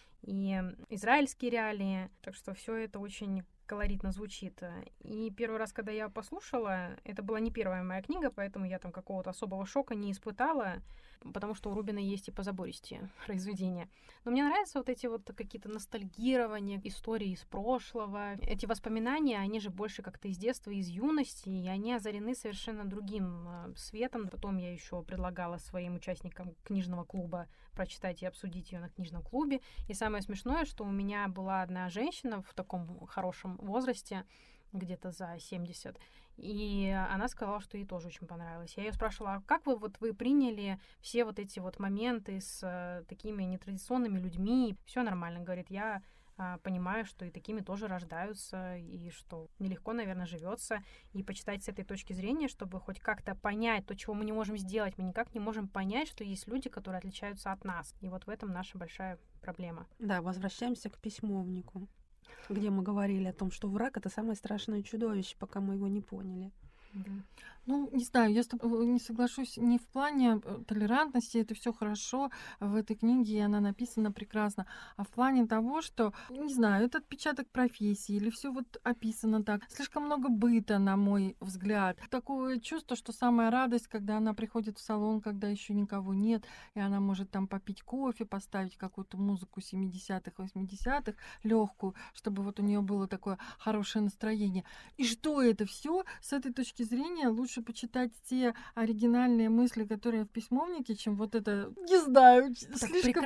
и израильские реалии. Так что все это очень колоритно звучит. И первый раз, когда я послушала, это была не первая моя книга, поэтому я там какого-то особого шока не испытала, потому что у Рубина есть и позабористее произведения. Но мне нравятся вот эти вот какие-то ностальгирования, истории из прошлого. Эти воспоминания, они же больше как-то из детства, из юности, и они озарены совершенно другим светом. Потом я еще предлагала своим участникам книжного клуба прочитать и обсудить ее на книжном клубе. И самое смешное, что у меня была одна женщина в таком хорошем возрасте, где-то за 70, и она сказала, что ей тоже очень понравилось. Я ее спрашивала, а как вы приняли все вот эти вот моменты с такими нетрадиционными людьми? Все нормально, говорит, я понимаю, что и такими тоже рождаются, и что нелегко, наверное, живется. И почитать с этой точки зрения, чтобы хоть как-то понять то, чего мы не можем сделать. Мы никак не можем понять, что есть люди, которые отличаются от нас. И вот в этом наша большая проблема. Да, возвращаемся к письмовнику, где мы говорили о том, что враг — это самое страшное чудовище, пока мы его не поняли. Да. Ну, не знаю, я с тобой не соглашусь не в плане толерантности, это все хорошо в этой книге, и она написана прекрасно, а в плане того, что, не знаю, это отпечаток профессии, или все вот описано так. Слишком много быта, на мой взгляд. Такое чувство, что самая радость, когда она приходит в салон, когда еще никого нет, и она может там попить кофе, поставить какую-то музыку 70-х, 80-х, легкую, чтобы вот у нее было такое хорошее настроение. И что это все с этой точки зрения лучше почитать те оригинальные мысли, которые в письмовнике, чем вот это, не знаю, слишком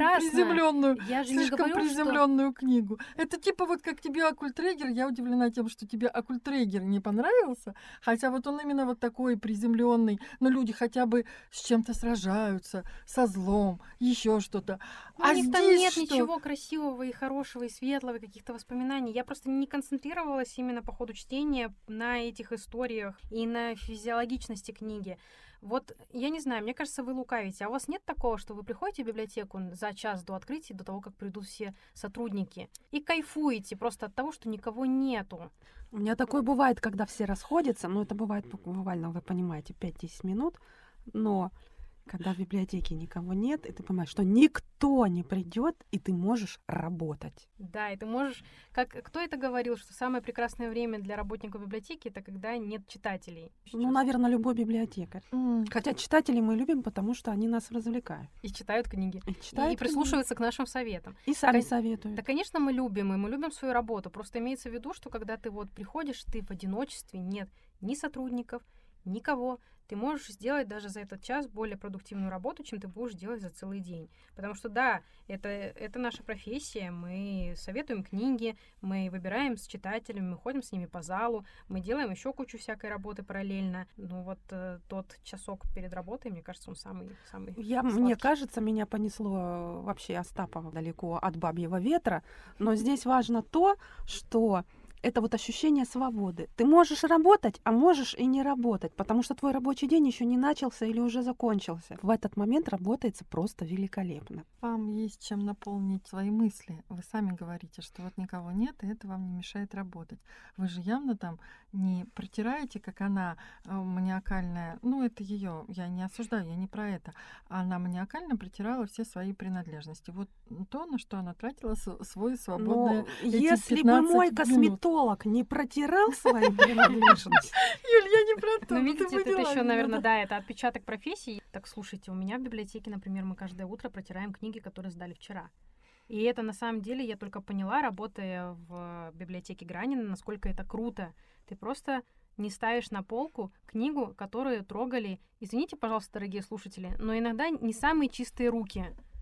приземленную книгу. Это типа вот как тебе Оккультрегер. Я удивлена тем, что тебе Оккультрегер не понравился, хотя вот он именно вот такой приземленный, но люди хотя бы с чем-то сражаются, со злом, еще что-то. А здесь там нет ничего красивого и хорошего, и светлого, каких-то воспоминаний. Я просто не концентрировалась именно по ходу чтения на этих историях и на физиологичности книги. Вот, я не знаю, мне кажется, вы лукавите. А у вас нет такого, что вы приходите в библиотеку за час до открытия, до того, как придут все сотрудники, и кайфуете просто от того, что никого нету? У меня такое бывает, когда все расходятся, но это бывает буквально, вы понимаете, 5-10 минут, но когда в библиотеке никого нет, и ты понимаешь, что никто не придет, и ты можешь работать. Да, и ты можешь... Кто это говорил, что самое прекрасное время для работников библиотеки — это когда нет читателей? Ну, наверное, любой библиотекарь. Хотя читателей мы любим, потому что они нас развлекают. И читают книги. И прислушиваются к нашим советам. И сами советуют. Да, конечно, мы любим свою работу. Просто имеется в виду, что когда ты вот приходишь, ты в одиночестве, нет ни сотрудников, никого. Ты можешь сделать даже за этот час более продуктивную работу, чем ты будешь делать за целый день. Потому что, да, это наша профессия, мы советуем книги, мы выбираем с читателями, мы ходим с ними по залу, мы делаем еще кучу всякой работы параллельно. Ну вот тот часок перед работой, мне кажется, он самый сладкий. Мне кажется, меня понесло вообще Остапова далеко от «Бабьего ветра», но здесь важно то, что это вот ощущение свободы. Ты можешь работать, а можешь и не работать, потому что твой рабочий день еще не начался или уже закончился. В этот момент работается просто великолепно. Вам есть чем наполнить свои мысли. Вы сами говорите, что вот никого нет, и это вам не мешает работать. Вы же явно там не протираете, как она маниакальная. Ну, это ее, я не осуждаю, я не про это. Она маниакально протирала все свои принадлежности. Вот то, на что она тратила свой свободный. Если бы мой косметолог не протирал свои принадлежности. Юль, я не про то. Ну, видите, это еще, наверное, да, это отпечаток профессии. Так, слушайте, у меня в библиотеке, например, мы каждое утро протираем книги, которые сдали вчера. И это, на самом деле, я только поняла, работая в библиотеке Гранина, насколько это круто. Ты просто не ставишь на полку книгу, которую трогали, извините, пожалуйста, дорогие слушатели, но иногда не самые чистые руки.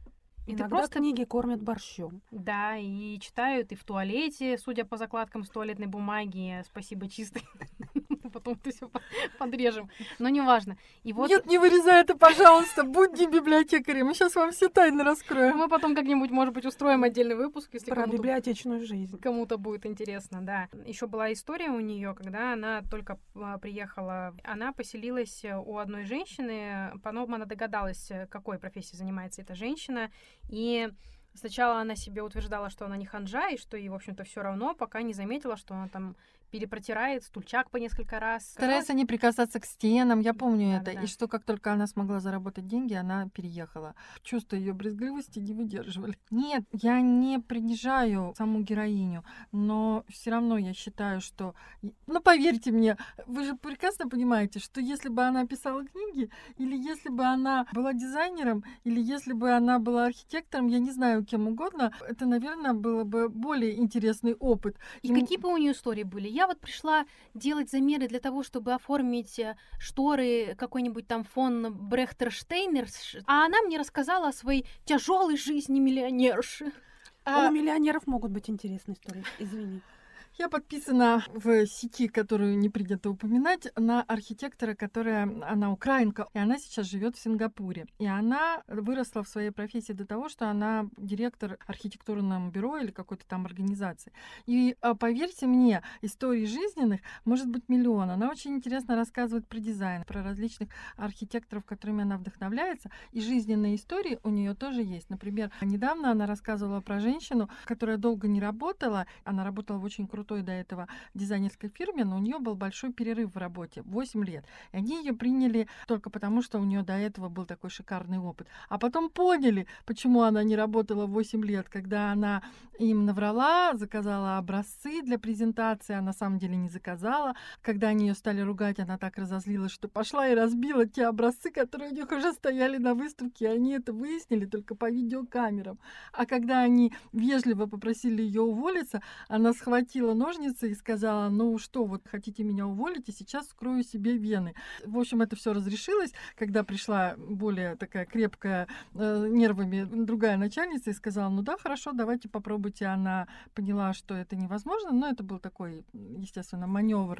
И иногда ты просто книги кормят борщом. Да, и читают и в туалете, судя по закладкам с туалетной бумаги, спасибо, чистой. Потом это все подрежем. Но неважно. И вот... Нет, не вырезай это, пожалуйста, будьте библиотекари. Мы сейчас вам все тайны раскроем. Мы потом как-нибудь, может быть, устроим отдельный выпуск, если про библиотечную жизнь. Кому-то будет интересно, да. Еще была история у нее, когда она только приехала. Она поселилась у одной женщины. Потом она догадалась, какой профессией занимается эта женщина. И сначала она себе утверждала, что она не ханжа, и что ей, в общем-то, все равно, пока не заметила, что она там перепротирает стульчак по несколько раз. Старается не прикасаться к стенам, я помню Да, это. да. И что как только она смогла заработать деньги, она переехала. Чувства ее брезгливости не выдерживали. Нет, я не принижаю саму героиню, но все равно я считаю, что... Ну, поверьте мне, вы же прекрасно понимаете, что если бы она писала книги, или если бы она была дизайнером, или если бы она была архитектором, я не знаю, кем угодно, это, наверное, было бы более интересный опыт. И какие бы у нее истории были? Я вот пришла делать замеры для того, чтобы оформить шторы, какой-нибудь там фон Брехтер-Штейнер, а она мне рассказала о своей тяжелой жизни миллионерши. У миллионеров могут быть интересные истории, извини. Я подписана в сети, которую не принято упоминать, на архитектора, она украинка, и она сейчас живет в Сингапуре. И она выросла в своей профессии до того, что она директор архитектурного бюро или какой-то там организации. И поверьте мне, историй жизненных может быть миллион. Она очень интересно рассказывает про дизайн, про различных архитекторов, которыми она вдохновляется. И жизненные истории у нее тоже есть. Например, недавно она рассказывала про женщину, которая долго не работала. Она работала в очень крутой до этого дизайнерской фирме, но у нее был большой перерыв в работе, 8 лет. И они ее приняли только потому, что у нее до этого был такой шикарный опыт. А потом поняли, почему она не работала 8 лет, когда она им наврала, заказала образцы для презентации, а на самом деле не заказала. Когда они ее стали ругать, она так разозлилась, что пошла и разбила те образцы, которые у них уже стояли на выставке, и они это выяснили только по видеокамерам. А когда они вежливо попросили ее уволиться, она схватила ножницы и сказала: ну что, вот хотите меня уволить, и сейчас вскрою себе вены. В общем, это все разрешилось, когда пришла более такая крепкая нервами другая начальница и сказала: ну да, хорошо, давайте попробуйте. Она поняла, что это невозможно, но это был такой, естественно, маневр.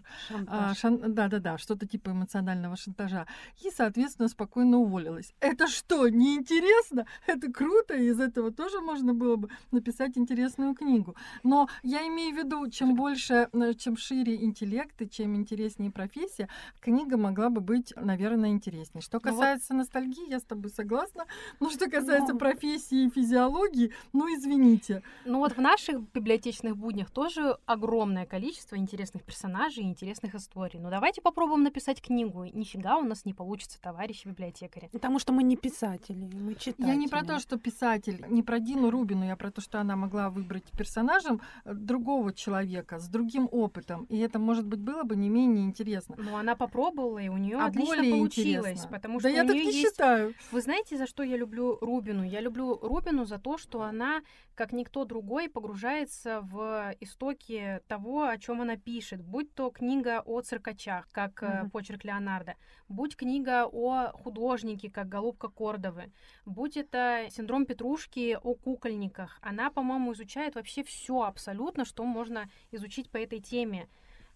Да, что-то типа эмоционального шантажа. И, соответственно, спокойно уволилась. Это что, неинтересно? Это круто, и из этого тоже можно было бы написать интересную книгу. Но я имею в виду, чем больше, чем шире интеллект и чем интереснее профессия, книга могла бы быть, наверное, интереснее. Что касается ностальгии, я с тобой согласна. Но что касается профессии и физиологии, ну, извините. Ну вот в наших библиотечных буднях тоже огромное количество интересных персонажей и интересных историй. Ну давайте попробуем написать книгу. Нифига у нас не получится, товарищи библиотекари. Потому что мы не писатели, мы читатели. Я не про то, что писатель, не про Дину Рубину, я про то, что она могла выбрать персонажем другого человека с другим опытом, и это, может быть, было бы не менее интересно. Но она попробовала, и у нее отлично получилось, интересно. Потому да что я у так нее не есть... считаю. Вы знаете, за что я люблю Рубину? Я люблю Рубину за то, что она, как никто другой, погружается в истоки того, о чем она пишет. Будь то книга о циркачах, как почерк Леонардо, будь книга о художнике, как Голубка Кордовы, будь это синдром Петрушки о кукольниках. Она, по-моему, изучает вообще все абсолютно, что можно изучить по этой теме.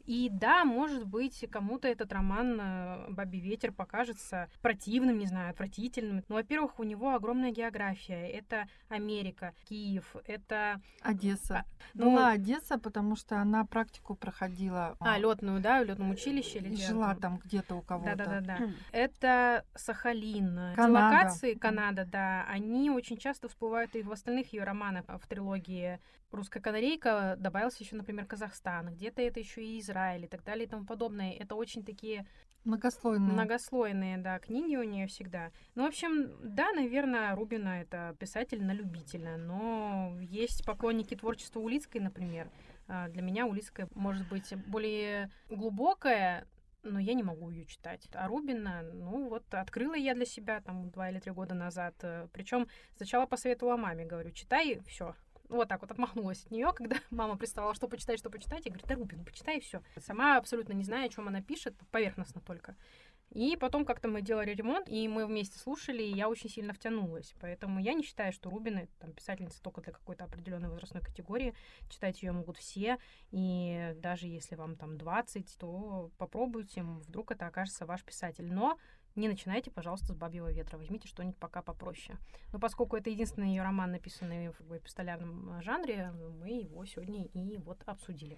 И да, может быть, кому-то этот роман «Бабий ветер» покажется противным, не знаю, отвратительным. Но, во-первых, у него огромная география. Это Америка, Киев, это... Одесса. Ну, Была Одесса, потому что она практику проходила. лётную, да, в лётном училище или И где жила она? там где-то у кого-то. Да. Это Сахалин. Эти Канада. локации, Канада, да, они очень часто всплывают и в остальных ее романах. В трилогии «Русская канарейка» добавился еще, например, Казахстан. Где-то это еще и Израиль и так далее и тому подобное. Это очень такие многослойные, да, книги у нее всегда. Ну, в общем, да, наверное, Рубина — это писатель на любителя, но есть поклонники творчества Улицкой, например. Для меня Улицкая может быть более глубокая, но я не могу ее читать. А Рубина, ну вот, открыла я для себя там 2 или 3 года назад. Причем сначала посоветовала маме, говорю, читай, все. Вот так вот отмахнулась от нее, когда мама приставала, что почитать. Я говорю, да Рубину, почитай, и все. Сама абсолютно не знаю, о чем она пишет, поверхностно только. И потом как-то мы делали ремонт, и мы вместе слушали, и я очень сильно втянулась. Поэтому я не считаю, что Рубина — там, писательница только для какой-то определенной возрастной категории. Читать ее могут все. И даже если вам там 20, то попробуйте, вдруг это окажется ваш писатель. Но не начинайте, пожалуйста, с «Бабьего ветра». Возьмите что-нибудь пока попроще. Но поскольку это единственный ее роман, написанный в эпистолярном жанре, мы его сегодня и вот обсудили.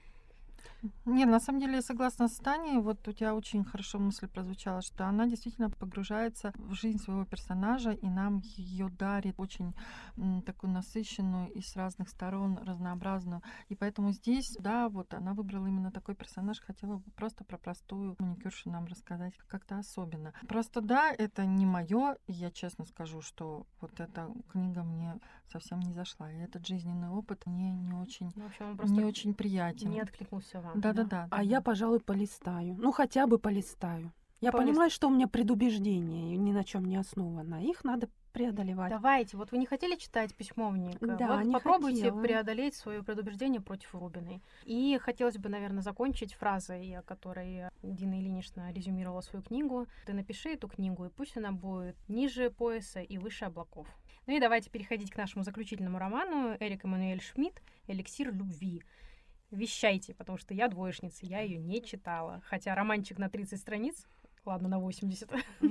Не, на самом деле я согласна с Таней. Вот у тебя очень хорошо мысль прозвучала, что она действительно погружается в жизнь своего персонажа, и нам ее дарит очень такую насыщенную и с разных сторон разнообразную. И поэтому здесь, да, вот она выбрала именно такой персонаж, хотела бы просто про простую маникюршу нам рассказать как-то особенно. Просто да, это не мое, и я честно скажу, что вот эта книга мне совсем не зашла. И этот жизненный опыт мне не очень, Ну, в общем, он просто не очень приятен. не откликнулся вам. Да. А я, пожалуй, полистаю. Ну, хотя бы полистаю. Я понимаю, что у меня предубеждения ни на чем не основано. Их надо преодолевать. Давайте, вот вы не хотели читать «Письмовника»? Да, вот не попробуйте хотела. преодолеть свое предубеждение против Рубиной. И хотелось бы, наверное, закончить фразой, которой Дина Ильинична резюмировала свою книгу. Ты напиши эту книгу, и пусть она будет ниже пояса и выше облаков. Ну и давайте переходить к нашему заключительному роману. Эрик Эммануэль Шмидт «Эликсир любви». Вещайте, потому что я двоечница, я ее не читала. Хотя романчик на 30 страниц, ладно, на 80.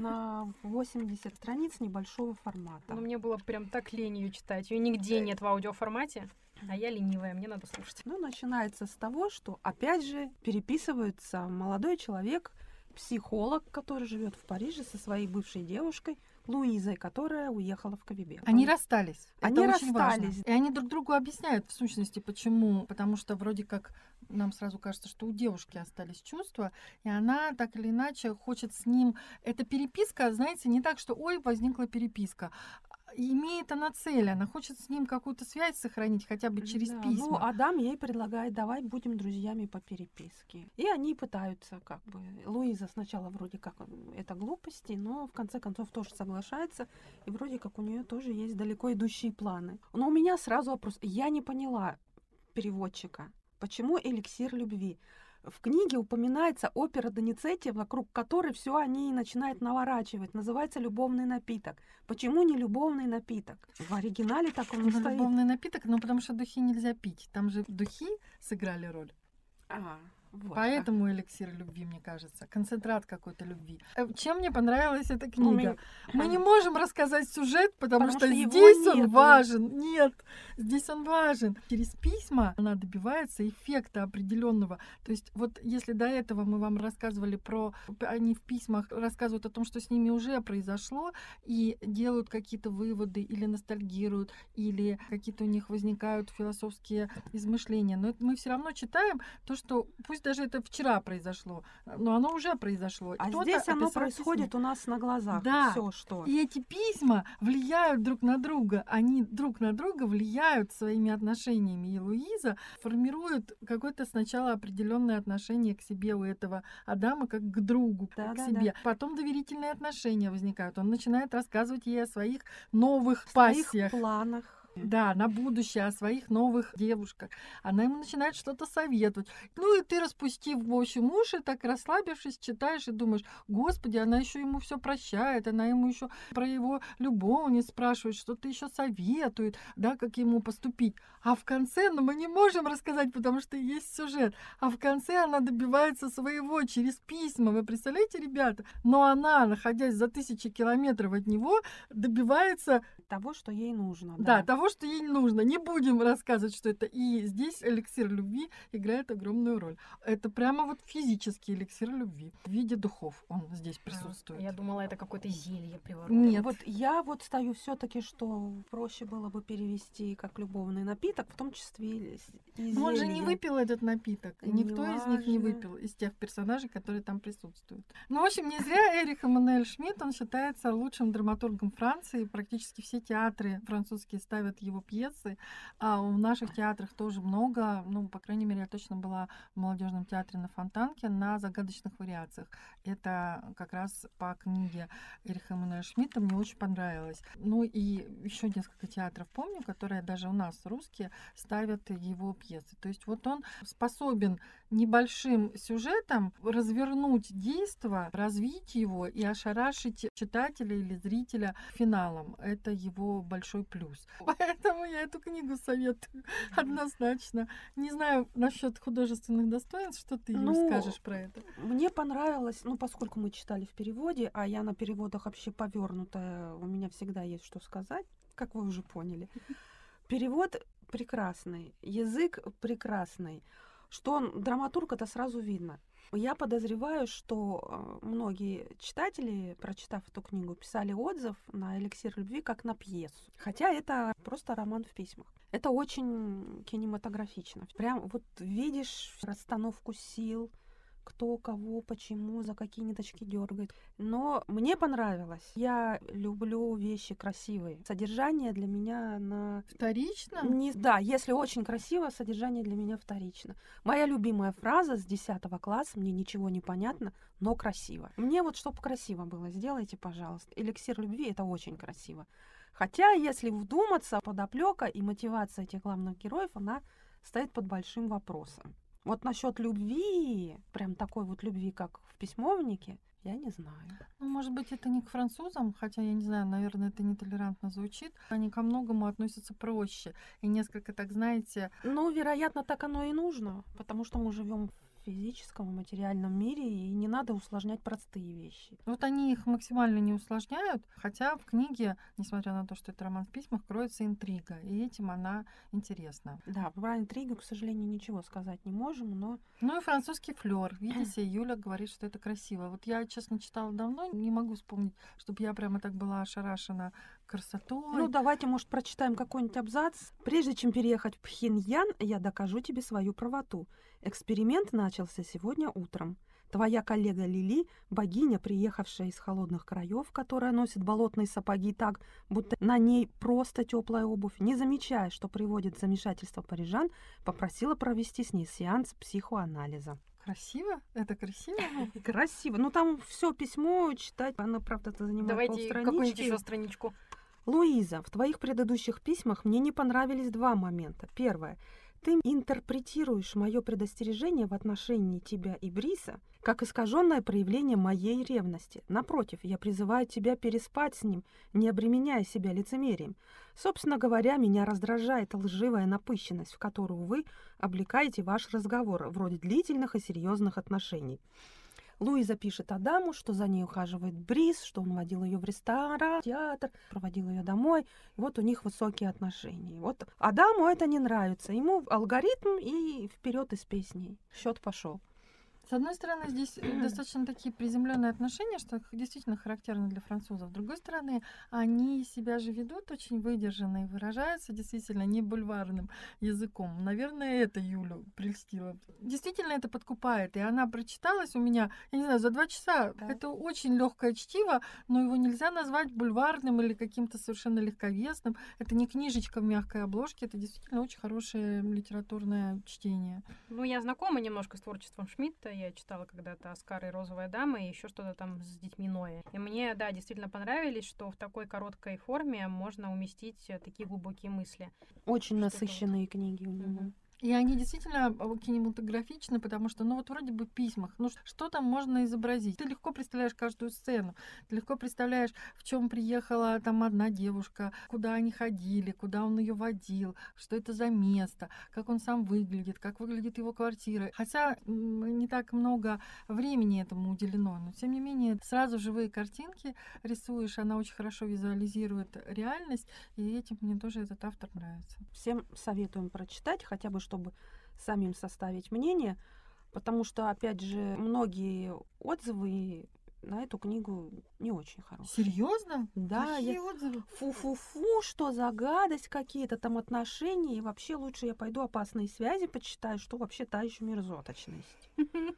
На 80 страниц небольшого формата. Но мне было прям так лень ее читать. Ее нигде нет в аудиоформате, а я ленивая, мне надо слушать. Ну, начинается с того, что, опять же, переписывается молодой человек, психолог, который живет в Париже со своей бывшей девушкой Луизой, которая уехала в Квебек. Они расстались. Они Это очень важно. расстались. И они друг другу объясняют, в сущности, почему. Потому что вроде как нам сразу кажется, что у девушки остались чувства, и она так или иначе хочет с ним... Эта переписка, знаете, не так, что «ой, возникла переписка». Имеет она цель, она хочет с ним какую-то связь сохранить, хотя бы через Да, письма. Ну, Адам ей предлагает, давай будем друзьями по переписке. И они пытаются, как бы, Луиза сначала вроде как это глупости, но в конце концов тоже соглашается, и вроде как у нее тоже есть далеко идущие планы. Но у меня сразу вопрос. Я не поняла переводчика. Почему эликсир любви? В книге упоминается опера Доницетти, вокруг которой все они начинают наворачивать. Называется «Любовный напиток». Почему не любовный напиток? В оригинале так он не стоит. Любовный напиток, но потому что духи нельзя пить. Там же духи сыграли роль. Вот Поэтому эликсир любви, мне кажется. Концентрат какой-то любви. Чем мне понравилась эта книга? Мы не можем рассказать сюжет, потому что здесь он важен. Нет, здесь он важен. Через письма она добивается эффекта определенного. То есть вот если до этого мы вам рассказывали про... Они в письмах рассказывают о том, что с ними уже произошло, и делают какие-то выводы, или ностальгируют, или какие-то у них возникают философские измышления. Но мы все равно читаем то, что пусть даже это вчера произошло, но оно уже произошло. А здесь оно происходит у нас на глазах. Да. Всё, что. И эти письма влияют друг на друга. Они друг на друга влияют своими отношениями. И Луиза формирует какое-то сначала определенное отношение к себе у этого Адама, как к другу, к себе. Потом доверительные отношения возникают. Он начинает рассказывать ей о своих новых пассиях. О своих планах. Да, на будущее, о своих новых девушках. Она ему начинает что-то советовать. Ну и ты, распустив, в общем, уши, так расслабившись, читаешь и думаешь, господи, она еще ему все прощает, она ему еще про его любовниц спрашивает, что-то еще советует, да, как ему поступить. А в конце, ну мы не можем рассказать, потому что есть сюжет, а в конце она добивается своего через письма. Вы представляете, ребята? Но она, находясь за 1000 километров от него, добивается Того, что ей нужно. да, того, что ей нужно. Не будем рассказывать, что это. И здесь эликсир любви играет огромную роль. Это прямо вот физический эликсир любви. В виде духов он здесь присутствует. Я думала, это какое-то зелье приворотное. Нет. Вот я вот стою все-таки, что проще было бы перевести как любовный напиток, в том числе и Но он же не зелье. выпил этот напиток. И никто из них не Неважно. выпил, из тех персонажей, которые там присутствуют. Ну, в общем, не зря Эрих Эммануэль Шмидт, он считается лучшим драматургом Франции. Практически все театры французские ставят его пьесы. А в наших театрах тоже много. Ну, по крайней мере, я точно была в молодежном театре на Фонтанке на загадочных вариациях. Это как раз по книге Эриха Эммануэля Шмидта мне очень понравилось. Ну и еще несколько театров помню, которые даже у нас русские ставят его пьесы. То есть вот он способен небольшим сюжетом развернуть действо, развить его и ошарашить читателя или зрителя финалом. Это его большой плюс. Поэтому я эту книгу советую однозначно. Не знаю насчет художественных достоинств, что ты Юль, скажешь про это. Мне понравилось, ну, поскольку мы читали в переводе, а я на переводах вообще повернутая, у меня всегда есть что сказать, как вы уже поняли. Перевод прекрасный, язык прекрасный. Что он драматург, это сразу видно. Я подозреваю, что многие читатели, прочитав эту книгу, писали отзыв на «Эликсир любви» как на пьесу. Хотя это просто роман в письмах. Это очень кинематографично. Прям вот видишь расстановку сил, кто кого, почему, за какие ниточки дергает. Но мне понравилось. Я люблю вещи красивые. Содержание для меня Вторично? Да, если очень красиво, содержание для меня вторично. Моя любимая фраза с 10 класса, мне ничего не понятно, но красиво. Мне вот, чтобы красиво было, сделайте, пожалуйста. «Эликсир любви» — это очень красиво. Хотя, если вдуматься, подоплека и мотивация этих главных героев, она стоит под большим вопросом. Вот насчет любви, прям такой вот любви, как в «Письмовнике», я не знаю. Ну, может быть, это не к французам, хотя, я не знаю, наверное, это нетолерантно звучит. Они ко многому относятся проще. И несколько, так знаете... Ну, вероятно, так оно и нужно, потому что мы живем в физическом и материальном мире, и не надо усложнять простые вещи. Вот они их максимально не усложняют, хотя в книге, несмотря на то, что это роман в письмах, кроется интрига, и этим она интересна. Да, про интригу, к сожалению, ничего сказать не можем, но... Ну и французский флёр. Видите, Юля говорит, что это красиво. Вот я, честно, читала давно, не могу вспомнить, чтобы я прямо так была ошарашена красотой. Ну, давайте, может, прочитаем какой-нибудь абзац. Прежде чем переехать в Пхеньян, я докажу тебе свою правоту. Эксперимент начался сегодня утром. Твоя коллега Лили, богиня, приехавшая из холодных краев, которая носит болотные сапоги так, будто на ней просто теплая обувь, не замечая, что приводит в замешательство парижан, попросила провести с ней сеанс психоанализа. Красиво? Это красиво? Красиво. Ну, там все письмо читать, оно, правда, занимает Давайте полстранички. какую-нибудь еще страничку. Луиза, в твоих предыдущих письмах мне не понравились два момента. Первое. Ты интерпретируешь мое предостережение в отношении тебя и Бриса как искаженное проявление моей ревности. Напротив, я призываю тебя переспать с ним, не обременяя себя лицемерием. Собственно говоря, меня раздражает лживая напыщенность, в которую вы облекаете ваш разговор, вроде длительных и серьезных отношений. Луиза пишет Адаму, что за ней ухаживает Брис, что он водил ее в ресторан, театр, проводил ее домой. И вот у них высокие отношения. Вот Адаму это не нравится. Ему алгоритм и вперед из песней. Счет пошел. С одной стороны, здесь достаточно такие приземленные отношения, что действительно характерно для французов. С другой стороны, они себя же ведут очень выдержанно и выражаются действительно не бульварным языком. Наверное, это Юлю прельстило. Действительно это подкупает. И она прочиталась у меня, я не знаю, за 2 часа. Да. Это очень легкое чтиво, но его нельзя назвать бульварным или каким-то совершенно легковесным. Это не книжечка в мягкой обложке, это действительно очень хорошее литературное чтение. Ну, я знакома немножко с творчеством Шмидта. я читала когда-то «Оскар и розовая дама» и еще что-то там с детьми Ноя. И мне, да, действительно понравились, что в такой короткой форме можно уместить такие глубокие мысли. Очень Что-то насыщенные книги у него. Мгм. И они действительно кинематографичны, потому что, ну вот вроде бы в письмах, ну что там можно изобразить? Ты легко представляешь каждую сцену, ты легко представляешь, в чем приехала там одна девушка, куда они ходили, куда он ее водил, что это за место, как он сам выглядит, как выглядит его квартира. Хотя не так много времени этому уделено, но тем не менее сразу живые картинки рисуешь, она очень хорошо визуализирует реальность, и этим мне тоже этот автор нравится. Всем советуем прочитать, хотя бы чтобы самим составить мнение, потому что, опять же, многие отзывы на эту книгу не очень хорошие. Серьезно? Да, Какие отзывы? фу-фу-фу, что за гадость, какие-то там отношения, и вообще лучше я пойду «Опасные связи» почитаю, что вообще та еще мерзоточность.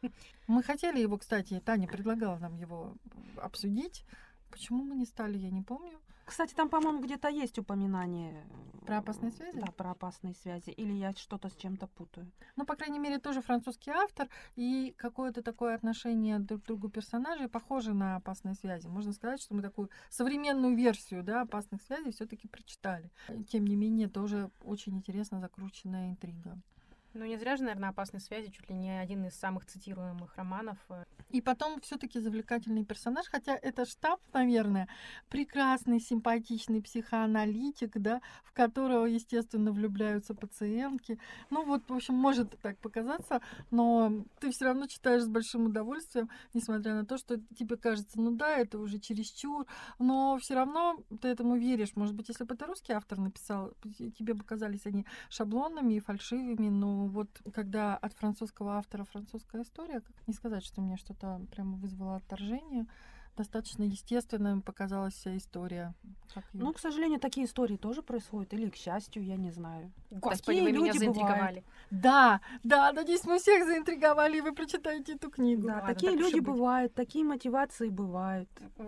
Мы хотели его, кстати, Таня предлагала нам его обсудить. Почему мы не стали, я не помню. Кстати, там, по-моему, где-то есть упоминание Про «Опасные связи»? Да, про «Опасные связи». Или я что-то с чем-то путаю. Ну, по крайней мере, тоже французский автор, и какое-то такое отношение друг к другу персонажей похоже на «Опасные связи». Можно сказать, что мы такую современную версию, да, «Опасных связей» все-таки прочитали. Тем не менее, тоже очень интересно закрученная интрига. Ну, не зря же, наверное, «Опасные связи» чуть ли не один из самых цитируемых романов. И потом все-таки завлекательный персонаж, хотя это штамп, наверное, прекрасный, симпатичный психоаналитик, да, в которого, естественно, влюбляются пациентки. Ну вот, в общем, может так показаться, но ты все равно читаешь с большим удовольствием, несмотря на то, что тебе кажется, ну да, это уже чересчур, но все равно ты этому веришь. Может быть, если бы это русский автор написал, тебе бы казались они шаблонными и фальшивыми, но вот когда от французского автора французская история, как не сказать, что мне что-то прямо вызвало отторжение, достаточно естественным показалась вся история. Ну, к сожалению, такие истории тоже происходят, или к счастью, я не знаю. Господи, Такие вы меня люди заинтриговали. Да, надеюсь, мы всех заинтриговали, и вы прочитаете эту книгу. Да, Ладно, такие так уж и люди быть. бывают, такие мотивации бывают.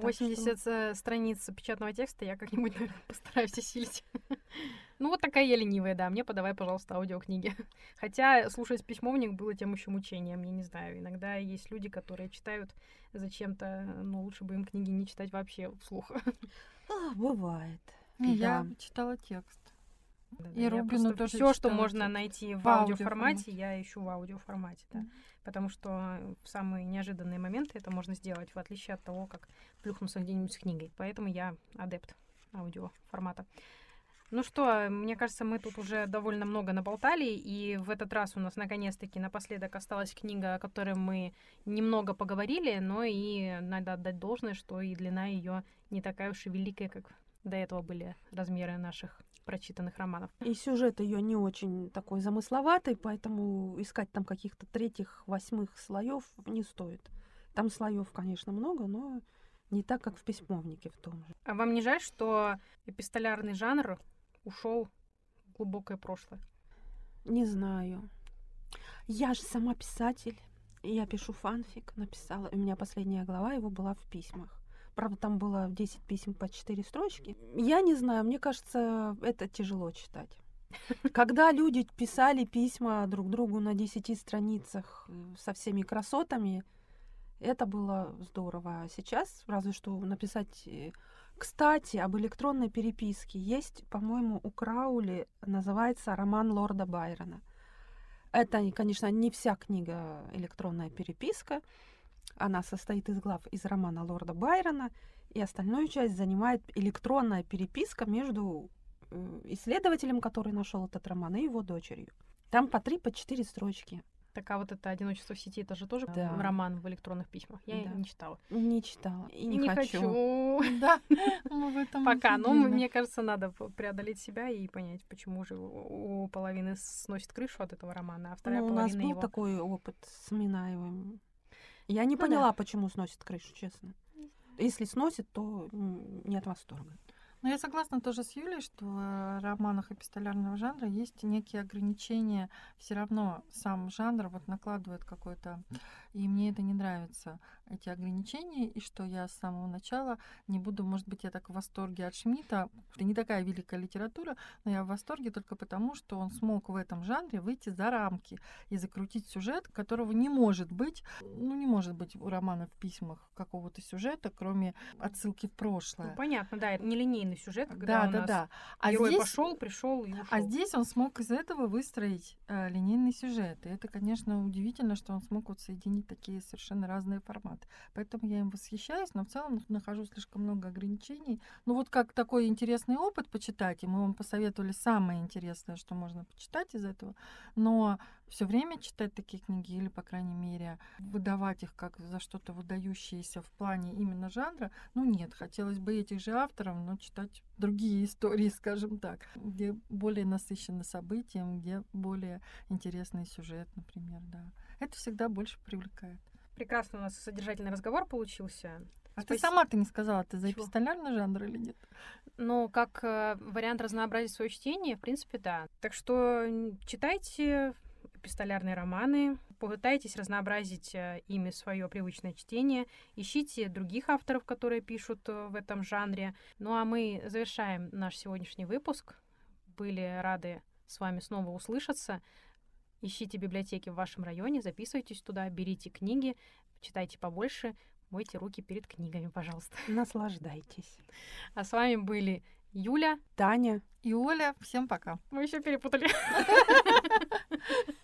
80 страниц печатного текста я как-нибудь, наверное, постараюсь осилить. Ну, вот такая я ленивая, да. Мне подавай, пожалуйста, аудиокниги. Хотя слушать письмовник было тем еще мучением. Я не знаю, иногда есть люди, которые читают зачем-то, но лучше бы им книги не читать вообще вслух. Бывает. Не, Да. я читала текст. Да-да, И я Рубину просто тоже все, что читала можно текст. найти в В аудиоформате, аудиоформате. я ищу в аудиоформате, да. Мгм. Потому что в самые неожиданные моменты это можно сделать, в отличие от того, как плюхнуться где-нибудь с книгой. Поэтому я адепт аудиоформата. Ну что, мне кажется, мы тут уже довольно много наболтали, и в этот раз у нас наконец-таки напоследок осталась книга, о которой мы немного поговорили, но и надо отдать должное, что и длина ее не такая уж и великая, как до этого были размеры наших прочитанных романов. И сюжет ее не очень такой замысловатый, поэтому искать там каких-то третьих, восьмых слоев не стоит. Там слоев, конечно, много, но не так, как в письмовнике в том же. А вам не жаль, что эпистолярный жанр ушел в глубокое прошлое? Не знаю. Я же сама писатель. Я пишу фанфик, написала. У меня последняя глава его была в письмах. Правда, там было 10 писем по 4 строчки. Я не знаю, мне кажется, это тяжело читать. Когда люди писали письма друг другу на 10 страницах со всеми красотами, это было здорово. А сейчас разве что написать... Кстати, об электронной переписке. Есть, по-моему, у Краули, называется «Роман лорда Байрона». Это, конечно, не вся книга «Электронная переписка». Она состоит из глав из романа лорда Байрона, и остальную часть занимает электронная переписка между исследователем, который нашел этот роман, и его дочерью. Там по 3, по 4 строчки. Так, а вот это «Одиночество в сети» это же тоже Да. роман в электронных письмах? Я Да. не читала. Не читала и И не хочу. Да, мы в этом Пока, но офигенно. мне кажется, надо преодолеть себя и понять, почему же у половины сносит крышу от этого романа, а вторая Ну, у нас половина был его... такой опыт с Минаевым. Я не Ну да. поняла, почему сносит крышу, честно. Если сносит, то не от восторга. Но я согласна тоже с Юлей, что в романах эпистолярного жанра есть некие ограничения. Все равно сам жанр вот накладывает какой-то И мне это не нравится, эти ограничения, и что я с самого начала не буду, может быть, я так в восторге от Шмидта. Это не такая великая литература, но я в восторге только потому, что он смог в этом жанре выйти за рамки и закрутить сюжет, которого не может быть, не может быть у романа в письмах какого-то сюжета, кроме отсылки в прошлое. Ну, понятно, да, это нелинейный сюжет, когда герой пошел, пришел и ушел. А здесь он смог из этого выстроить линейный сюжет. И это, конечно, удивительно, что он смог вот соединить такие совершенно разные форматы. Поэтому я им восхищаюсь, но в целом нахожу слишком много ограничений. Ну вот как такой интересный опыт почитать, и мы вам посоветовали самое интересное, что можно почитать из этого, но все время читать такие книги или, по крайней мере, выдавать их как за что-то выдающееся в плане именно жанра, нет, хотелось бы этих же авторов, но читать другие истории, скажем так, где более насыщены событием, где более интересный сюжет, например, да. Это всегда больше привлекает. Прекрасно у нас содержательный разговор получился. Ты сама-то не сказала, ты за эпистолярный жанр или нет? Ну, как вариант разнообразить свое чтение, в принципе, да. Так что читайте эпистолярные романы, попытайтесь разнообразить ими свое привычное чтение, ищите других авторов, которые пишут в этом жанре. Ну а мы завершаем наш сегодняшний выпуск. Были рады с вами снова услышаться. Ищите библиотеки в вашем районе, записывайтесь туда, берите книги, читайте побольше, мойте руки перед книгами, пожалуйста. Наслаждайтесь. А с вами были Юля, Таня и Оля. Всем пока. Мы еще перепутали.